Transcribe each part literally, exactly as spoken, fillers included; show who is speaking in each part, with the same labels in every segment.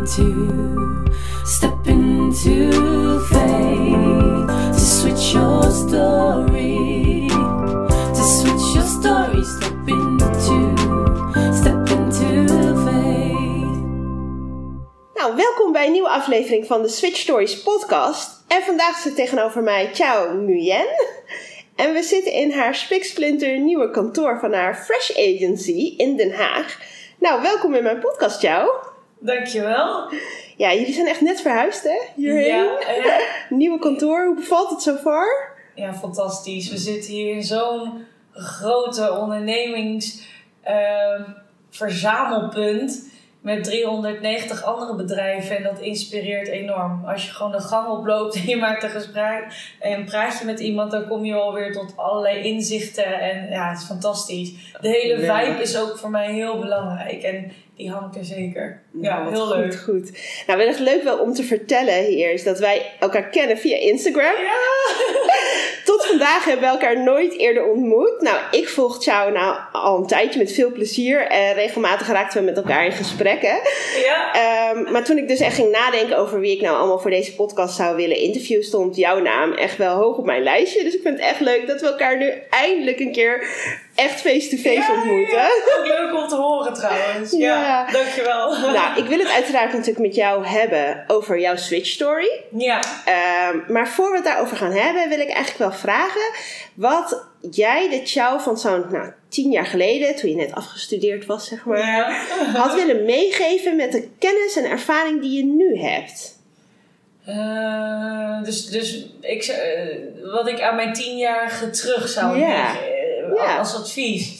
Speaker 1: into, step into faith, to switch your story, to switch your story, step into, step into faith.
Speaker 2: Nou, welkom bij een nieuwe aflevering van de Switch Stories podcast. En vandaag zit tegenover mij Chao Nguyen. En we zitten in haar spiksplinter nieuwe kantoor van haar Fresh Agency in Den Haag. Nou, welkom in mijn podcast, Chao.
Speaker 3: Dankjewel.
Speaker 2: Ja, jullie zijn echt net verhuisd, hè? Hierheen. Ja, ja. Nieuwe kantoor, hoe bevalt het zo far?
Speaker 3: Ja, fantastisch. We zitten hier in zo'n grote ondernemingsverzamelpunt uh, met driehonderdnegentig andere bedrijven en dat inspireert enorm. Als je gewoon de gang oploopt en je maakt een gesprek en een praatje met iemand, dan kom je alweer tot allerlei inzichten en ja, het is fantastisch. De hele vibe is ook voor mij heel belangrijk en die hangt er zeker. Ja,
Speaker 2: nou,
Speaker 3: heel
Speaker 2: goed,
Speaker 3: leuk.
Speaker 2: Goed. Nou, wel echt leuk wel om te vertellen hier is dat wij elkaar kennen via Instagram.
Speaker 3: Ja.
Speaker 2: Tot vandaag hebben we elkaar nooit eerder ontmoet. Nou, ik volg Chao nou al een tijdje met veel plezier. En regelmatig raakten we met elkaar in gesprekken.
Speaker 3: Ja.
Speaker 2: Um, maar toen ik dus echt ging nadenken over wie ik nou allemaal voor deze podcast zou willen interviewen, stond jouw naam echt wel hoog op mijn lijstje. Dus ik vind het echt leuk dat we elkaar nu eindelijk een keer echt face-to-face
Speaker 3: ja,
Speaker 2: ontmoeten.
Speaker 3: Ja, ook leuk om te horen trouwens. Ja, ja. Dankjewel.
Speaker 2: Nou, ik wil het uiteraard natuurlijk met jou hebben over jouw Switch Story.
Speaker 3: Ja.
Speaker 2: Um, maar voor we het daarover gaan hebben, wil ik eigenlijk wel vragen wat jij de Chao van zo'n nou, tien jaar geleden, toen je net afgestudeerd was, zeg maar,
Speaker 3: ja.
Speaker 2: had willen meegeven met de kennis en ervaring die je nu hebt.
Speaker 3: Uh, dus dus ik, uh, wat ik aan mijn tienjarige terug zou
Speaker 2: ja.
Speaker 3: meegeven
Speaker 2: ja.
Speaker 3: als advies.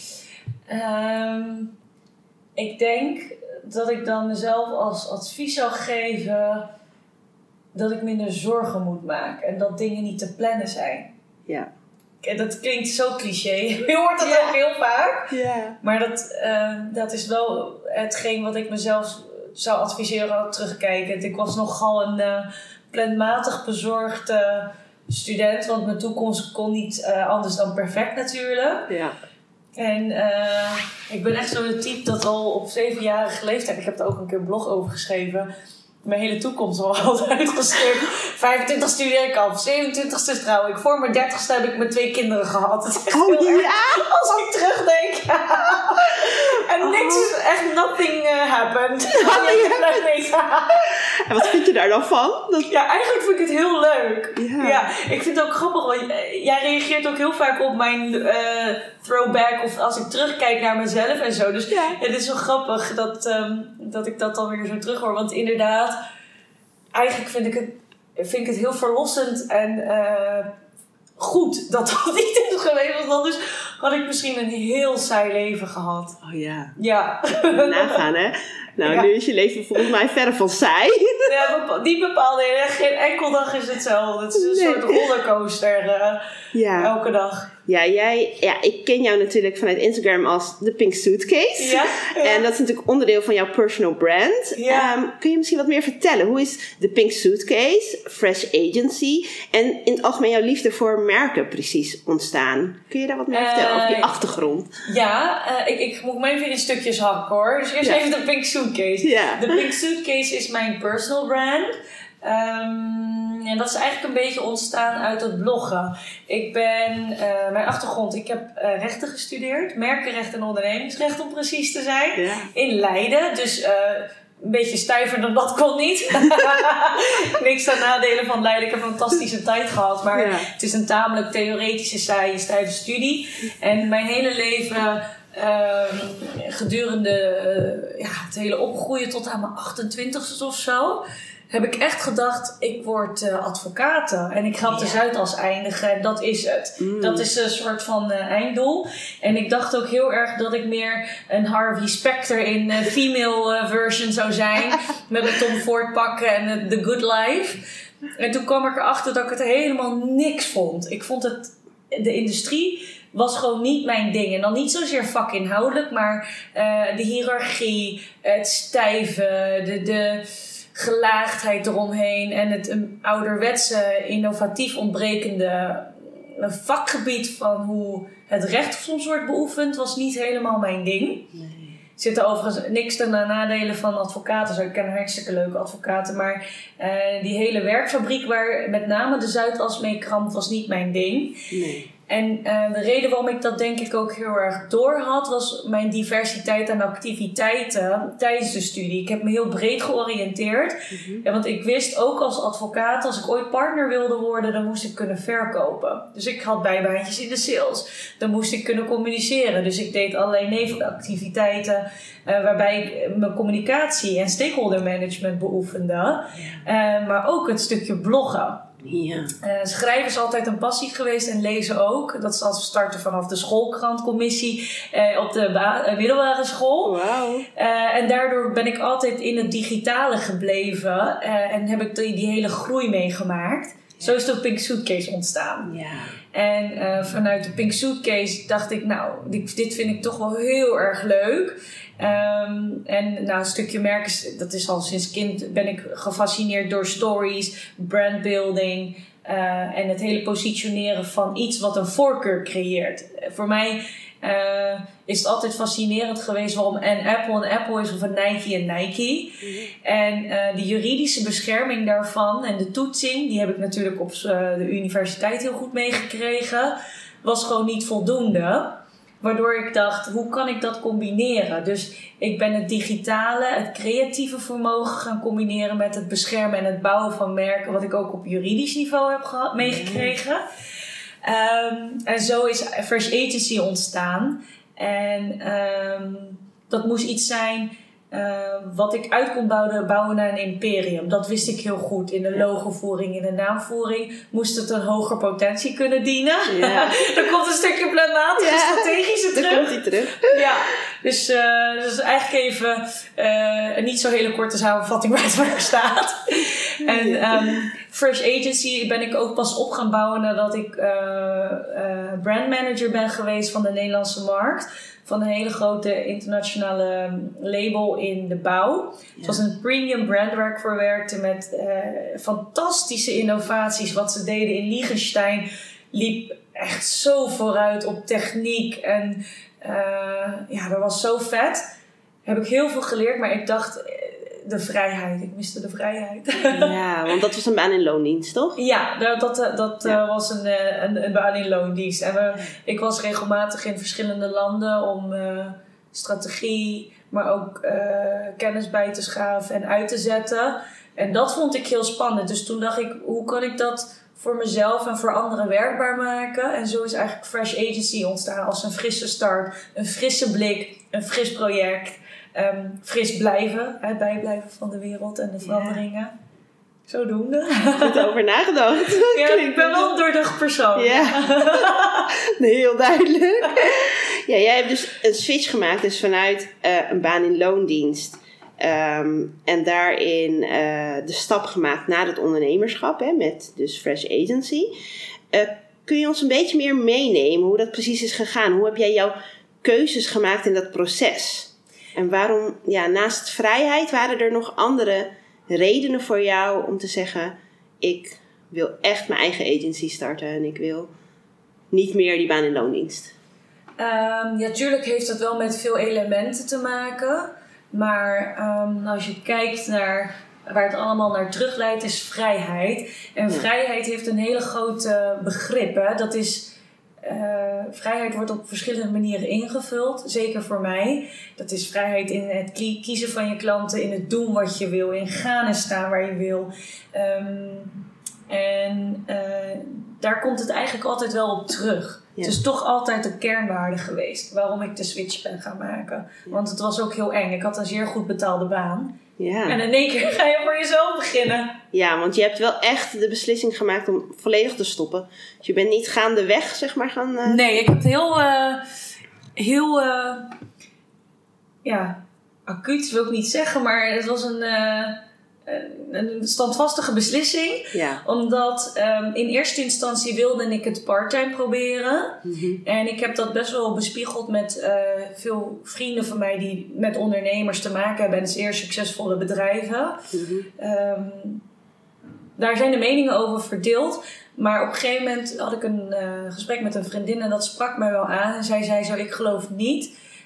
Speaker 3: Um, ik denk dat ik dan mezelf als advies zou geven dat ik minder zorgen moet maken en dat dingen niet te plannen zijn.
Speaker 2: Ja.
Speaker 3: Dat klinkt zo cliché. Je hoort dat
Speaker 2: ja.
Speaker 3: ook heel vaak.
Speaker 2: Ja.
Speaker 3: Maar dat, uh, dat is wel hetgeen wat ik mezelf zou adviseren terugkijkend. Ik was nogal een uh, planmatig bezorgde student. Want mijn toekomst kon niet uh, anders dan perfect natuurlijk.
Speaker 2: Ja.
Speaker 3: En uh, ik ben echt zo'n type dat al op zevenjarige leeftijd... Ik heb er ook een keer een blog over geschreven... Mijn hele toekomst al had uitgestuurd. vijfentwintig studeer ik af, zevenentwintigste trouw ik. Voor mijn dertigste heb ik mijn twee kinderen gehad. Het is echt
Speaker 2: oh
Speaker 3: heel
Speaker 2: ja?
Speaker 3: erg als ik terugdenk. En oh. niks is echt, nothing uh, happened.
Speaker 2: Oh, ja. En wat vind je daar dan van? Dat...
Speaker 3: Ja, eigenlijk vind ik het heel leuk.
Speaker 2: Ja.
Speaker 3: Ja, ik vind het ook grappig. Want jij reageert ook heel vaak op mijn uh, throwback. Of als ik terugkijk naar mezelf en zo. Dus
Speaker 2: ja.
Speaker 3: het is wel grappig dat, um, dat ik dat dan weer zo terug hoor. Want inderdaad... Eigenlijk vind ik het, vind ik het heel verlossend en uh, goed dat dat niet is geweest. Want anders had ik misschien een heel saai leven gehad.
Speaker 2: Oh ja.
Speaker 3: Ja.
Speaker 2: Nagaan, hè? Nou, ja. Nu is je leven volgens mij verre van saai.
Speaker 3: Ja, bepa- niet bepaald. Geen enkel dag is hetzelfde. Het is een nee. soort rollercoaster uh, ja. elke dag.
Speaker 2: Ja, jij, ja, ik ken jou natuurlijk vanuit Instagram als de Pink Suitcase.
Speaker 3: Ja, ja.
Speaker 2: En dat is natuurlijk onderdeel van jouw personal brand.
Speaker 3: Ja.
Speaker 2: Um, kun je misschien wat meer vertellen? Hoe is de Pink Suitcase, Fresh Agency en in het algemeen jouw liefde voor merken precies ontstaan? Kun je daar wat meer uh, vertellen over die achtergrond?
Speaker 3: Ja, uh, ik, ik moet me even in stukjes hakken hoor. Dus eerst ja. even de Pink Suitcase.
Speaker 2: Ja.
Speaker 3: De Pink Suitcase is mijn personal brand. Um, en dat is eigenlijk een beetje ontstaan uit het bloggen. Ik ben, uh, mijn achtergrond, ik heb uh, rechten gestudeerd. Merkenrecht en ondernemingsrecht om precies te zijn.
Speaker 2: Ja.
Speaker 3: In Leiden. Dus uh, een beetje stijver dan dat kon niet. Niks aan nadelen van Leiden. Ik heb een fantastische tijd gehad. Maar ja. het is een tamelijk theoretische, saaie, stijve studie. En mijn hele leven... Uh, gedurende uh, ja, het hele opgroeien tot aan mijn achtentwintigste of zo... heb ik echt gedacht, ik word uh, advocaat en ik ga op de ja. Zuidas eindigen en dat is het. Mm. Dat is een soort van uh, einddoel. En ik dacht ook heel erg dat ik meer een Harvey Specter in uh, female uh, version zou zijn. Met een Tom Ford pak en uh, The Good Life. En toen kwam ik erachter dat ik het helemaal niks vond. Ik vond het, de industrie... was gewoon niet mijn ding. En dan niet zozeer vakinhoudelijk, maar uh, de hiërarchie, het stijve, de, de gelaagdheid eromheen en het um, ouderwetse, innovatief ontbrekende vakgebied van hoe het recht soms wordt beoefend, was niet helemaal mijn ding. Nee. zitten overigens niks ten nadelen van advocaten. Zo, ik ken hartstikke leuke advocaten. Maar uh, die hele werkfabriek waar met name de Zuidas mee krampt was niet mijn ding.
Speaker 2: Nee.
Speaker 3: En uh, de reden waarom ik dat denk ik ook heel erg door had, was mijn diversiteit aan activiteiten tijdens de studie. Ik heb me heel breed georiënteerd. Mm-hmm. Ja, want ik wist ook als advocaat, als ik ooit partner wilde worden, dan moest ik kunnen verkopen. Dus ik had bijbaantjes in de sales. Dan moest ik kunnen communiceren. Dus ik deed allerlei nevenactiviteiten uh, waarbij ik mijn communicatie en stakeholder management beoefende. Uh, maar ook het stukje bloggen.
Speaker 2: Ja.
Speaker 3: Uh, schrijven is altijd een passie geweest en lezen ook. Dat is als we starten vanaf de schoolkrantcommissie uh, op de ba- uh, middelbare school.
Speaker 2: Wow.
Speaker 3: Uh, en daardoor ben ik altijd in het digitale gebleven uh, en heb ik die, die hele groei meegemaakt. Ja. Zo is de Pink Suitcase ontstaan.
Speaker 2: Ja.
Speaker 3: En uh, vanuit de Pink Suitcase dacht ik, nou, dit, dit vind ik toch wel heel erg leuk. Um, en nou, een stukje merken, dat is al sinds kind ben ik gefascineerd door stories, brandbuilding uh, en het hele positioneren van iets wat een voorkeur creëert. Uh, voor mij uh, is het altijd fascinerend geweest waarom een Apple een Apple is of een Nike een Nike. Mm-hmm. En uh, de juridische bescherming daarvan en de toetsing, die heb ik natuurlijk op uh, de universiteit heel goed meegekregen, was gewoon niet voldoende. Waardoor ik dacht, hoe kan ik dat combineren? Dus ik ben het digitale, het creatieve vermogen gaan combineren met het beschermen en het bouwen van merken, wat ik ook op juridisch niveau heb gehad, meegekregen. Um, en zo is Fresh Agency ontstaan. En um, dat moest iets zijn uh, wat ik uit kon bouwen, bouwen naar een imperium. Dat wist ik heel goed. In de logovoering, in de naamvoering moest het een hoger potentie kunnen dienen. Ja. Er komt een stukje planmatige ja. strategische terug.
Speaker 2: Daar komt hij terug.
Speaker 3: Ja, dus, uh, dus eigenlijk even uh, een niet zo hele korte samenvatting waar het voor staat. En um, Fresh Agency ben ik ook pas op gaan bouwen nadat ik uh, uh, brandmanager ben geweest van de Nederlandse markt. Van een hele grote internationale label in de bouw. Ja. Het was een premium brand waar ik voor werkte met uh, fantastische innovaties. Wat ze deden in Liechtenstein liep echt zo vooruit op techniek. En uh, ja, dat was zo vet. Heb ik heel veel geleerd, maar ik dacht, de vrijheid. Ik miste de vrijheid.
Speaker 2: Ja, want dat was een baan in loondienst, toch?
Speaker 3: Ja, dat, dat, dat ja. uh, was een, een, een baan in loondienst. En we, ik was regelmatig in verschillende landen om uh, strategie, maar ook uh, kennis bij te schaven en uit te zetten. En dat vond ik heel spannend. Dus toen dacht ik, hoe kan ik dat voor mezelf en voor anderen werkbaar maken? En zo is eigenlijk Fresh Agency ontstaan als een frisse start, een frisse blik, een fris project. Um, fris blijven, hè, bijblijven van de wereld en de veranderingen. Ja. Zodoende.
Speaker 2: Goed over nagedacht.
Speaker 3: Ja, ik ben wel een doordacht persoon.
Speaker 2: Ja. Nee, heel duidelijk. Ja, jij hebt dus een switch gemaakt, dus vanuit uh, een baan in loondienst. Um, en daarin uh, de stap gemaakt naar het ondernemerschap, hè, met dus Fresh Agency. Uh, kun je ons een beetje meer meenemen hoe dat precies is gegaan? Hoe heb jij jouw keuzes gemaakt in dat proces? En waarom, ja, naast vrijheid, waren er nog andere redenen voor jou om te zeggen, ik wil echt mijn eigen agency starten en ik wil niet meer die baan in loondienst?
Speaker 3: Um, ja, tuurlijk heeft het wel met veel elementen te maken. Maar um, als je kijkt naar waar het allemaal naar terugleidt, is vrijheid. En ja. vrijheid heeft een hele grote begrip. Hè? Dat is... Uh, vrijheid wordt op verschillende manieren ingevuld, zeker voor mij. Dat is vrijheid in het kiezen van je klanten, in het doen wat je wil, in gaan en staan waar je wil. Um, en uh, daar komt het eigenlijk altijd wel op terug. Ja. Het is toch altijd een kernwaarde geweest waarom ik de switch ben gaan maken. Ja. Want het was ook heel eng. Ik had een zeer goed betaalde baan. Ja. En in één keer ga je voor jezelf beginnen.
Speaker 2: Ja, want je hebt wel echt de beslissing gemaakt om volledig te stoppen. Dus je bent niet gaandeweg, zeg maar, gaan... Uh...
Speaker 3: Nee, ik heb heel... Uh, heel... Uh, ja, acuut wil ik niet zeggen, maar het was een... Uh, een standvastige beslissing. Ja. Omdat um, in eerste instantie wilde ik het parttime proberen. Mm-hmm. En ik heb dat best wel bespiegeld met uh, veel vrienden van mij die met ondernemers te maken hebben en zeer succesvolle bedrijven. Mm-hmm. Um, daar zijn de meningen over verdeeld. Maar op een gegeven moment had ik een uh, gesprek met een vriendin en dat sprak mij wel aan. En zij zei zo, ik geloof niet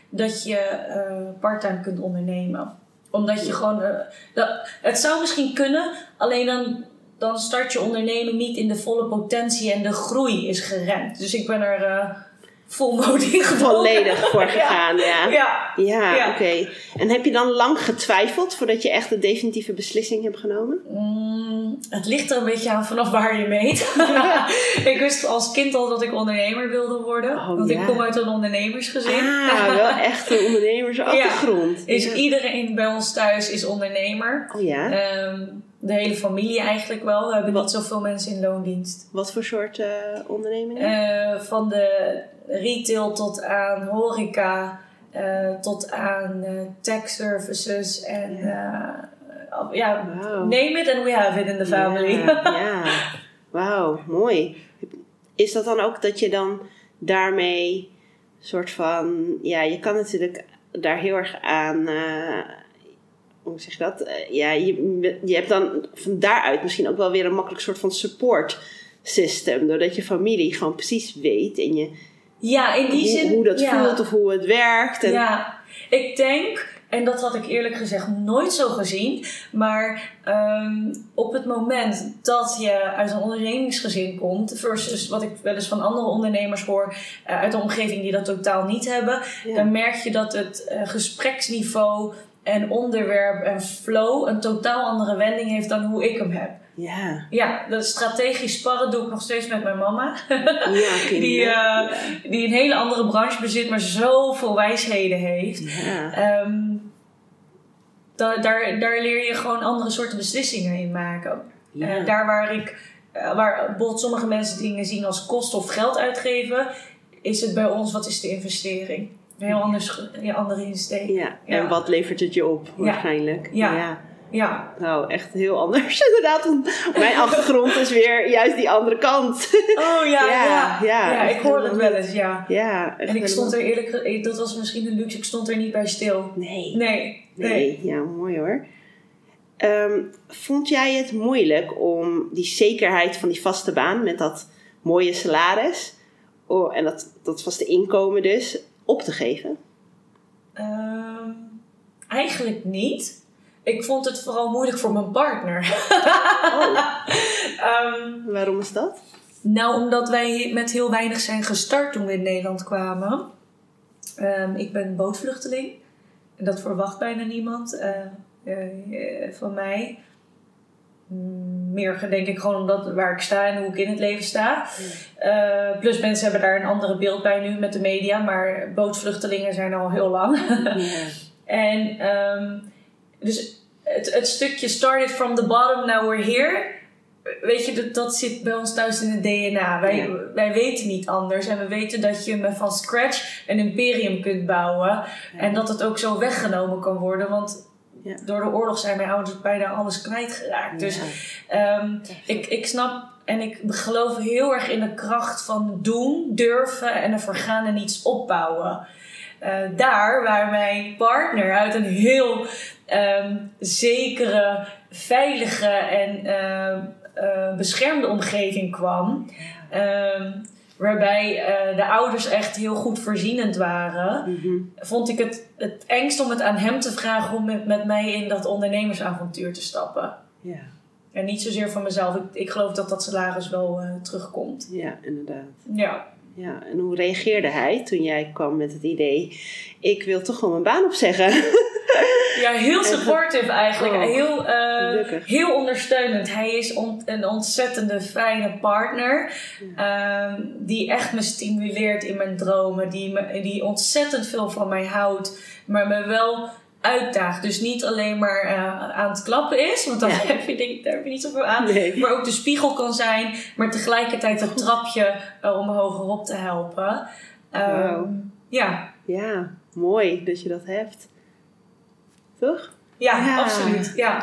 Speaker 3: dat je uh, parttime kunt ondernemen. Omdat je gewoon... Uh, dat, het zou misschien kunnen, alleen dan, dan start je onderneming niet in de volle potentie en de groei is geremd. Dus ik ben er uh, vol mode in gedoken.
Speaker 2: Volledig voor gegaan, ja.
Speaker 3: Ja, ja.
Speaker 2: ja,
Speaker 3: ja.
Speaker 2: oké. Okay. En heb je dan lang getwijfeld voordat je echt de definitieve beslissing hebt genomen?
Speaker 3: Mm, het ligt er een beetje aan vanaf waar je meet. Ik wist als kind al dat ik ondernemer wilde worden.
Speaker 2: Oh,
Speaker 3: want
Speaker 2: ja.
Speaker 3: ik kom uit een ondernemersgezin.
Speaker 2: Ah, wel echt een ondernemersachtergrond.
Speaker 3: Ja, is
Speaker 2: ja.
Speaker 3: Iedereen bij ons thuis is ondernemer.
Speaker 2: Oh ja?
Speaker 3: Um, de hele familie eigenlijk wel. We hebben Wat? niet zoveel mensen in loondienst.
Speaker 2: Wat voor soort uh, ondernemingen?
Speaker 3: Uh, van de retail tot aan horeca, uh, tot aan uh, tech services en ja, uh, ja wow. Name it and we have it in the family.
Speaker 2: Ja, ja. Wauw, mooi. Is dat dan ook dat je dan daarmee soort van, ja, je kan natuurlijk daar heel erg aan, uh, hoe zeg je dat? Uh, ja, je, je hebt dan van daaruit misschien ook wel weer een makkelijk soort van support system, doordat je familie gewoon precies weet en je
Speaker 3: ja, in die
Speaker 2: hoe,
Speaker 3: zin,
Speaker 2: hoe dat
Speaker 3: ja.
Speaker 2: voelt of hoe het werkt. En
Speaker 3: ja, ik denk, en dat had ik eerlijk gezegd nooit zo gezien, maar um, op het moment dat je uit een ondernemingsgezin komt, versus wat ik wel eens van andere ondernemers hoor uh, uit de omgeving die dat totaal niet hebben, ja. dan merk je dat het uh, gespreksniveau en onderwerp en flow een totaal andere wending heeft dan hoe ik hem heb.
Speaker 2: Ja.
Speaker 3: Ja, dat strategisch sparren doe ik nog steeds met mijn mama.
Speaker 2: Ja, okay,
Speaker 3: die, uh,
Speaker 2: ja.
Speaker 3: die een hele andere branche bezit, maar zoveel wijsheden heeft.
Speaker 2: Ja.
Speaker 3: Um, da- daar, daar leer je gewoon andere soorten beslissingen in maken. Ja. Uh, daar waar ik, uh, waar bijvoorbeeld sommige mensen dingen zien als kosten of geld uitgeven, is het bij ons, wat is de investering? Een heel anders, een andere insteek.
Speaker 2: Ja.
Speaker 3: Ja.
Speaker 2: En wat levert het je op, waarschijnlijk?
Speaker 3: Ja.
Speaker 2: ja.
Speaker 3: ja. Ja.
Speaker 2: Nou, echt heel anders inderdaad. Mijn achtergrond is weer juist die andere kant.
Speaker 3: Oh ja, ja.
Speaker 2: Ja, ja,
Speaker 3: ja ik hoor het wel eens, ja.
Speaker 2: ja
Speaker 3: en ik stond er eerlijk, dat was misschien een luxe, ik stond er niet bij stil.
Speaker 2: Nee.
Speaker 3: Nee.
Speaker 2: Nee,
Speaker 3: nee.
Speaker 2: ja, mooi hoor. Um, vond jij het moeilijk om die zekerheid van die vaste baan met dat mooie salaris, oh, en dat, dat vaste inkomen dus, op te geven?
Speaker 3: Um, eigenlijk niet. Ik vond het vooral moeilijk voor mijn partner.
Speaker 2: Oh.
Speaker 3: um,
Speaker 2: Waarom is dat?
Speaker 3: Nou, omdat wij met heel weinig zijn gestart toen we in Nederland kwamen. Um, ik ben bootvluchteling. En dat verwacht bijna niemand uh, uh, uh, van mij. Meer denk ik gewoon omdat waar ik sta en hoe ik in het leven sta. Ja. Uh, plus mensen hebben daar een andere beeld bij nu met de media. Maar bootvluchtelingen zijn al heel lang.
Speaker 2: Ja.
Speaker 3: En um, dus het, het stukje started from the bottom, now we're here. Weet je, dat, dat zit bij ons thuis in het D N A. Wij, ja. wij weten niet anders. En we weten dat je van scratch een imperium kunt bouwen. Ja. En dat het ook zo weggenomen kan worden. Want ja. door de oorlog zijn mijn ouders bijna alles kwijtgeraakt. Ja. Dus um, ik, ik snap en ik geloof heel erg in de kracht van doen, durven en ervoor gaan en iets opbouwen. Uh, daar waar mijn partner uit een heel um, zekere, veilige en uh, uh, beschermde omgeving kwam. Um, waarbij uh, de ouders echt heel goed voorzienend waren. Mm-hmm. Vond ik het, het engst om het aan hem te vragen om met, met mij in dat ondernemersavontuur te stappen.
Speaker 2: Ja.
Speaker 3: En niet zozeer van mezelf. Ik, ik geloof dat dat salaris wel uh, terugkomt.
Speaker 2: Ja, inderdaad.
Speaker 3: Ja.
Speaker 2: Ja, en hoe reageerde hij toen jij kwam met het idee, ik wil toch gewoon mijn baan opzeggen?
Speaker 3: Ja, heel supportive eigenlijk. Oh, heel, uh, heel ondersteunend. Hij is ont- een ontzettende fijne partner. Ja. Um, die echt me stimuleert in mijn dromen. Die, me, die ontzettend veel van mij houdt. Maar me wel uitdaagt. Dus niet alleen maar uh, aan het klappen is. Want dan ja. heb je, denk ik, daar heb je niet zoveel aan. Nee. Maar ook de spiegel kan zijn. Maar tegelijkertijd het trapje uh, om hogerop te helpen. Um, wow. Ja.
Speaker 2: Ja, mooi dat je dat hebt. Toch?
Speaker 3: Ja, ja. Absoluut. Ja.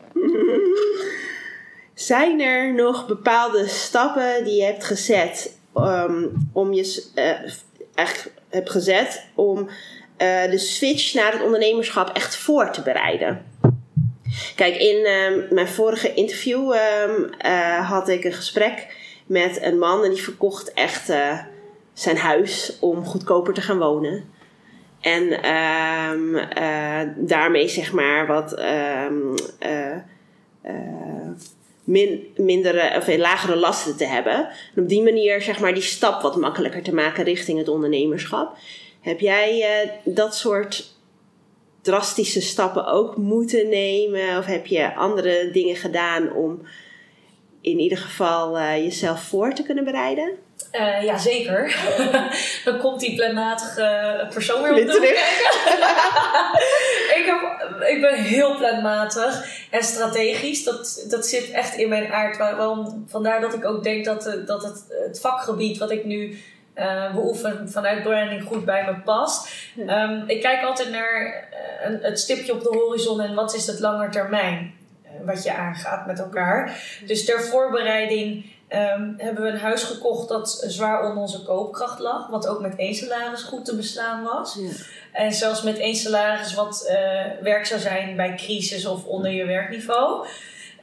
Speaker 2: Zijn er nog bepaalde stappen die je hebt gezet um, om je uh, echt hebt gezet om uh, de switch naar het ondernemerschap echt voor te bereiden? Kijk, in um, mijn vorige interview um, uh, had ik een gesprek met een man en die verkocht echt uh, zijn huis om goedkoper te gaan wonen. En um, uh, daarmee zeg maar wat um, uh, uh, min, mindere of lagere lasten te hebben. En op die manier zeg maar die stap wat makkelijker te maken richting het ondernemerschap. Heb jij uh, dat soort drastische stappen ook moeten nemen? Of heb je andere dingen gedaan om in ieder geval uh, jezelf voor te kunnen bereiden?
Speaker 3: Uh, ja, zeker. Dan komt die planmatige persoon weer op de
Speaker 2: terug.
Speaker 3: ik, heb, ik ben heel planmatig en strategisch. Dat, dat zit echt in mijn aard. Waarom, vandaar dat ik ook denk dat, dat het, het vakgebied wat ik nu uh, beoefen vanuit branding goed bij me past. Ja. Um, ik kijk altijd naar uh, het stipje op de horizon en wat is het lange termijn uh, wat je aangaat met elkaar. Dus ter voorbereiding Um, hebben we een huis gekocht dat zwaar onder onze koopkracht lag. Wat ook met één salaris goed te beslaan was. Ja. En zelfs met één salaris wat uh, werk zou zijn bij crisis of onder je werkniveau. Um,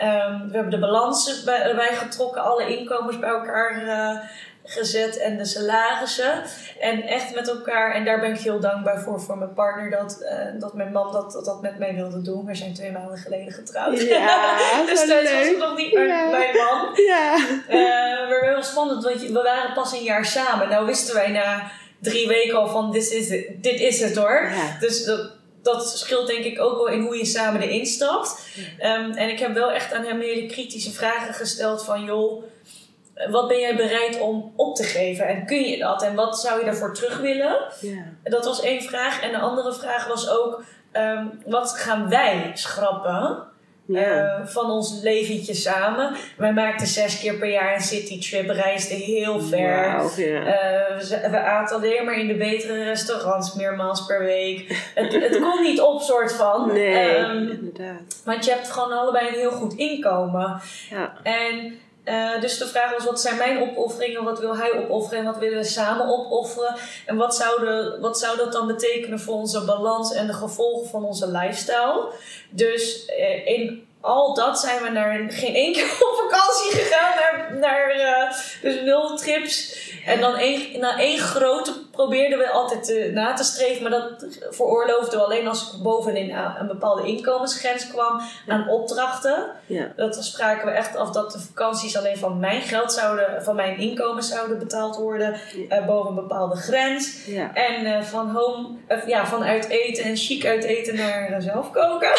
Speaker 3: we hebben de balansen bij, erbij getrokken. Alle inkomens bij elkaar uh, gezet. En de salarissen. En echt met elkaar. En daar ben ik heel dankbaar voor. Voor mijn partner. Dat, uh, dat mijn man dat, dat, dat met mij wilde doen. We zijn twee maanden geleden getrouwd.
Speaker 2: Ja,
Speaker 3: dus dat was nog niet mijn, ja. mijn man.
Speaker 2: Ja.
Speaker 3: Uh, maar heel spannend. Want we waren pas een jaar samen. Nou wisten wij na drie weken al van dit is het, dit is het hoor. Ja. Dus dat, dat scheelt denk ik ook wel in hoe je samen erin stapt. Ja. Um, en ik heb wel echt aan hem hele kritische vragen gesteld van joh, wat ben jij bereid om op te geven? En kun je dat? En wat zou je daarvoor terug willen? Ja. Dat was één vraag. En de andere vraag was ook, um, wat gaan wij schrappen? Ja. Uh, van ons leventje samen. Wij maakten zes keer per jaar een citytrip, reisden heel ver.
Speaker 2: Wow, yeah.
Speaker 3: uh, we, we aten alleen maar in de betere restaurants, meermaals per week. het, het kon niet op, soort van.
Speaker 2: Nee,
Speaker 3: um,
Speaker 2: inderdaad.
Speaker 3: Want je hebt gewoon allebei een heel goed inkomen.
Speaker 2: Ja.
Speaker 3: En Uh, dus de vraag was, wat zijn mijn opofferingen? Wat wil hij opofferen? En wat willen we samen opofferen? En wat zou, de, wat zou dat dan betekenen voor onze balans en de gevolgen van onze lifestyle? Dus uh, in al dat zijn we naar geen één keer op vakantie gegaan. Naar, naar uh, dus nul trips. En dan één, na één grote probeerden we altijd uh, na te streven. Maar dat veroorloofden we alleen als ik bovenin een bepaalde inkomensgrens kwam aan opdrachten.
Speaker 2: Ja. Dat
Speaker 3: spraken we echt af dat de vakanties alleen van mijn geld zouden, van mijn inkomen zouden betaald worden. Uh, boven een bepaalde grens.
Speaker 2: Ja.
Speaker 3: En uh, van home, uh, ja, van uit eten en chic uit eten naar uh, zelf koken.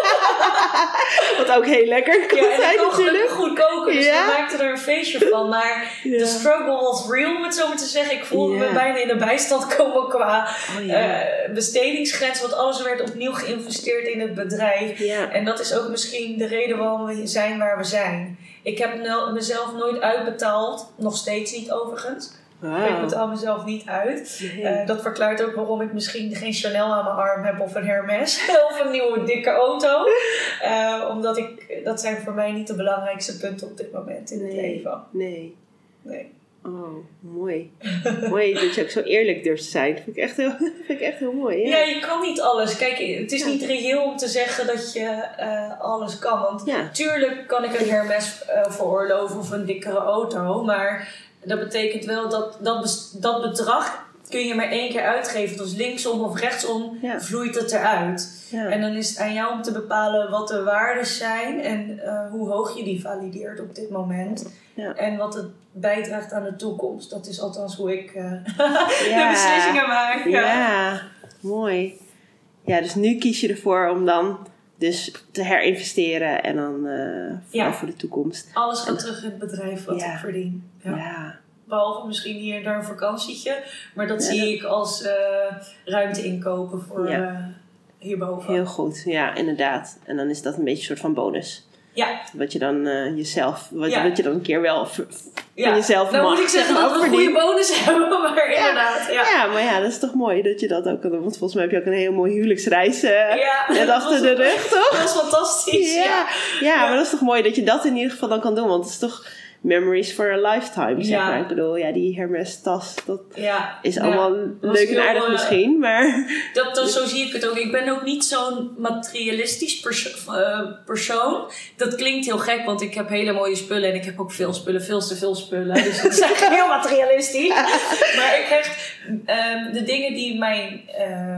Speaker 2: Wat ook heel lekker kan
Speaker 3: ja,
Speaker 2: zijn
Speaker 3: en ik
Speaker 2: natuurlijk.
Speaker 3: kon goed koken, dus
Speaker 2: ja?
Speaker 3: we maakten er een feestje van. Maar ja. de struggle was real, om het zo maar te zeggen. Ik voelde ja. me bijna in de bijstand komen qua oh, ja. uh, bestedingsgrens. Want alles werd opnieuw geïnvesteerd in het bedrijf.
Speaker 2: Ja.
Speaker 3: En dat is ook misschien de reden waarom we zijn waar we zijn. Ik heb mezelf nooit uitbetaald. Nog steeds niet overigens.
Speaker 2: Wow.
Speaker 3: Ik betaal mezelf niet uit.
Speaker 2: Nee.
Speaker 3: Uh, dat verklaart ook waarom ik misschien geen Chanel aan mijn arm heb of een Hermes of een nieuwe dikke auto. Uh, omdat ik, dat zijn voor mij niet de belangrijkste punten op dit moment in
Speaker 2: nee.
Speaker 3: het leven.
Speaker 2: Nee.
Speaker 3: Nee.
Speaker 2: Oh, mooi. Mooi dat je ook zo eerlijk durft te zijn. Dat vind ik echt heel, vind ik echt heel mooi. Ja.
Speaker 3: ja, je kan niet alles. Kijk, het is ja. niet reëel om te zeggen dat je uh, alles kan. Want
Speaker 2: ja.
Speaker 3: tuurlijk kan ik een Hermes uh, veroorloven of een dikkere auto. Maar dat betekent wel dat dat, dat bedrag kun je maar één keer uitgeven. Dus linksom of rechtsom ja. vloeit het eruit. Ja. En dan is het aan jou om te bepalen wat de waarden zijn. En uh, hoe hoog je die valideert op dit moment. Ja. En wat het bijdraagt aan de toekomst. Dat is althans hoe ik uh, ja. de beslissingen maak. Ja.
Speaker 2: ja, mooi. Ja, dus nu kies je ervoor om dan dus te herinvesteren. En dan uh,
Speaker 3: ja.
Speaker 2: voor de toekomst.
Speaker 3: Alles gaat en, terug in het bedrijf wat ja. ik verdien. Ja.
Speaker 2: ja.
Speaker 3: Behalve misschien hier en daar een vakantietje. Maar dat ja, zie dat... ik als uh, ruimte inkopen voor ja. uh, hierboven.
Speaker 2: Heel goed, ja, inderdaad. En dan is dat een beetje een soort van bonus.
Speaker 3: Ja.
Speaker 2: Wat je dan uh, jezelf, wat,
Speaker 3: ja.
Speaker 2: wat je dan een keer wel v-
Speaker 3: ja.
Speaker 2: van jezelf
Speaker 3: nou
Speaker 2: mag.
Speaker 3: moet ik zeggen dat we een goede bonus hebben, maar
Speaker 2: ja.
Speaker 3: inderdaad. Ja.
Speaker 2: ja, maar ja, dat is toch mooi dat je dat ook kan doen. Want volgens mij heb je ook een hele mooie huwelijksreis uh,
Speaker 3: ja,
Speaker 2: net achter
Speaker 3: was,
Speaker 2: de rug, toch?
Speaker 3: Dat is fantastisch.
Speaker 2: Ja.
Speaker 3: Ja.
Speaker 2: Ja, ja, maar dat is toch mooi dat je dat in ieder geval dan kan doen. Want het is toch memories for a lifetime, zeg
Speaker 3: ja.
Speaker 2: maar. Ik bedoel, ja, die Hermes tas, dat
Speaker 3: ja.
Speaker 2: is allemaal
Speaker 3: ja.
Speaker 2: leuk en aardig heel, misschien, maar...
Speaker 3: Dat, dat, zo zie ik het ook. Ik ben ook niet zo'n materialistisch perso- uh, persoon. Dat klinkt heel gek, want ik heb hele mooie spullen en ik heb ook veel spullen, veel te veel spullen. Dus dat is eigenlijk heel materialistisch. Maar ik krijg um, de dingen die mij uh,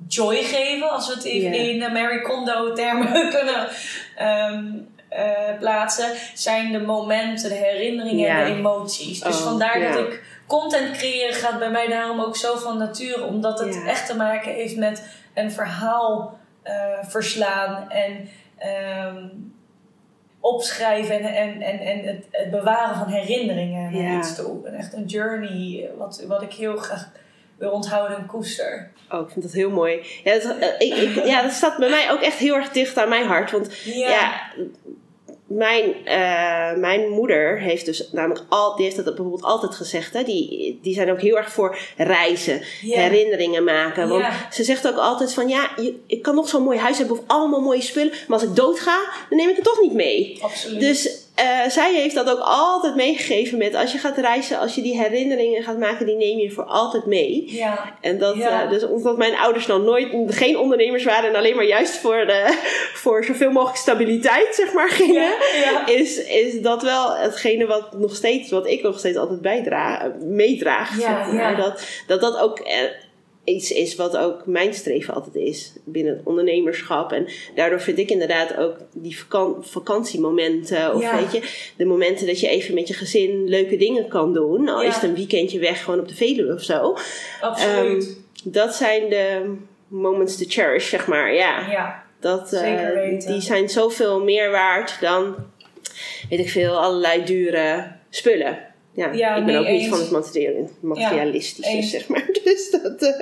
Speaker 3: joy geven, als we het even
Speaker 2: Ja.
Speaker 3: in Marie Kondo termen kunnen um, uh, plaatsen, zijn de momenten, de herinneringen
Speaker 2: Ja.
Speaker 3: en de emoties. Dus
Speaker 2: Oh,
Speaker 3: vandaar
Speaker 2: ja.
Speaker 3: dat ik content creëren gaat bij mij daarom ook zo van nature, omdat het
Speaker 2: Ja.
Speaker 3: echt te maken heeft met een verhaal uh, verslaan en um, opschrijven en, en, en, en het, het bewaren van herinneringen naar
Speaker 2: Ja.
Speaker 3: iets toe. En echt een journey wat, wat ik heel graag wil onthouden en koester.
Speaker 2: Oh, ik vind dat heel mooi. Ja dat, uh, ik, ik, ja, dat staat bij mij ook echt heel erg dicht aan mijn hart. Want
Speaker 3: Ja.
Speaker 2: ja, mijn, uh, mijn moeder heeft dus namelijk al, die heeft dat bijvoorbeeld altijd gezegd. Hè? Die, die zijn ook heel erg voor reizen,
Speaker 3: Ja.
Speaker 2: herinneringen maken. Want
Speaker 3: Ja.
Speaker 2: ze zegt ook altijd van ja, je, ik kan nog zo'n mooi huis hebben of allemaal mooie spullen. Maar als ik dood ga, dan neem ik het toch niet mee.
Speaker 3: Absoluut.
Speaker 2: Dus uh, zij heeft dat ook altijd meegegeven met als je gaat reizen, als je die herinneringen gaat maken, die neem je voor altijd mee.
Speaker 3: ja.
Speaker 2: En dat,
Speaker 3: Ja.
Speaker 2: uh, dus omdat mijn ouders dan nooit, geen ondernemers waren en alleen maar juist voor, de, voor zoveel mogelijk stabiliteit, zeg maar, gingen,
Speaker 3: Ja, ja.
Speaker 2: Is, is dat wel hetgene wat nog steeds, wat ik nog steeds altijd bijdraag, meedraag.
Speaker 3: Ja,
Speaker 2: zeg maar.
Speaker 3: ja.
Speaker 2: Dat, dat dat ook uh, iets is wat ook mijn streven altijd is binnen het ondernemerschap. En daardoor vind ik inderdaad ook die vakan- vakantiemomenten, of
Speaker 3: Ja.
Speaker 2: weet je, de momenten dat je even met je gezin leuke dingen kan doen. Al
Speaker 3: Ja.
Speaker 2: is het een weekendje weg, gewoon op de Veluwe of zo.
Speaker 3: Absoluut.
Speaker 2: Um, dat zijn de moments to cherish, zeg maar. Ja,
Speaker 3: ja.
Speaker 2: dat, uh,
Speaker 3: zeker weten.
Speaker 2: die zijn zoveel meer waard dan, weet ik veel, allerlei dure spullen. Ja,
Speaker 3: Ja,
Speaker 2: ik ben
Speaker 3: nee,
Speaker 2: ook niet
Speaker 3: eens.
Speaker 2: van het materiaal, materialistische,
Speaker 3: eens.
Speaker 2: zeg maar. Dus dat... Uh,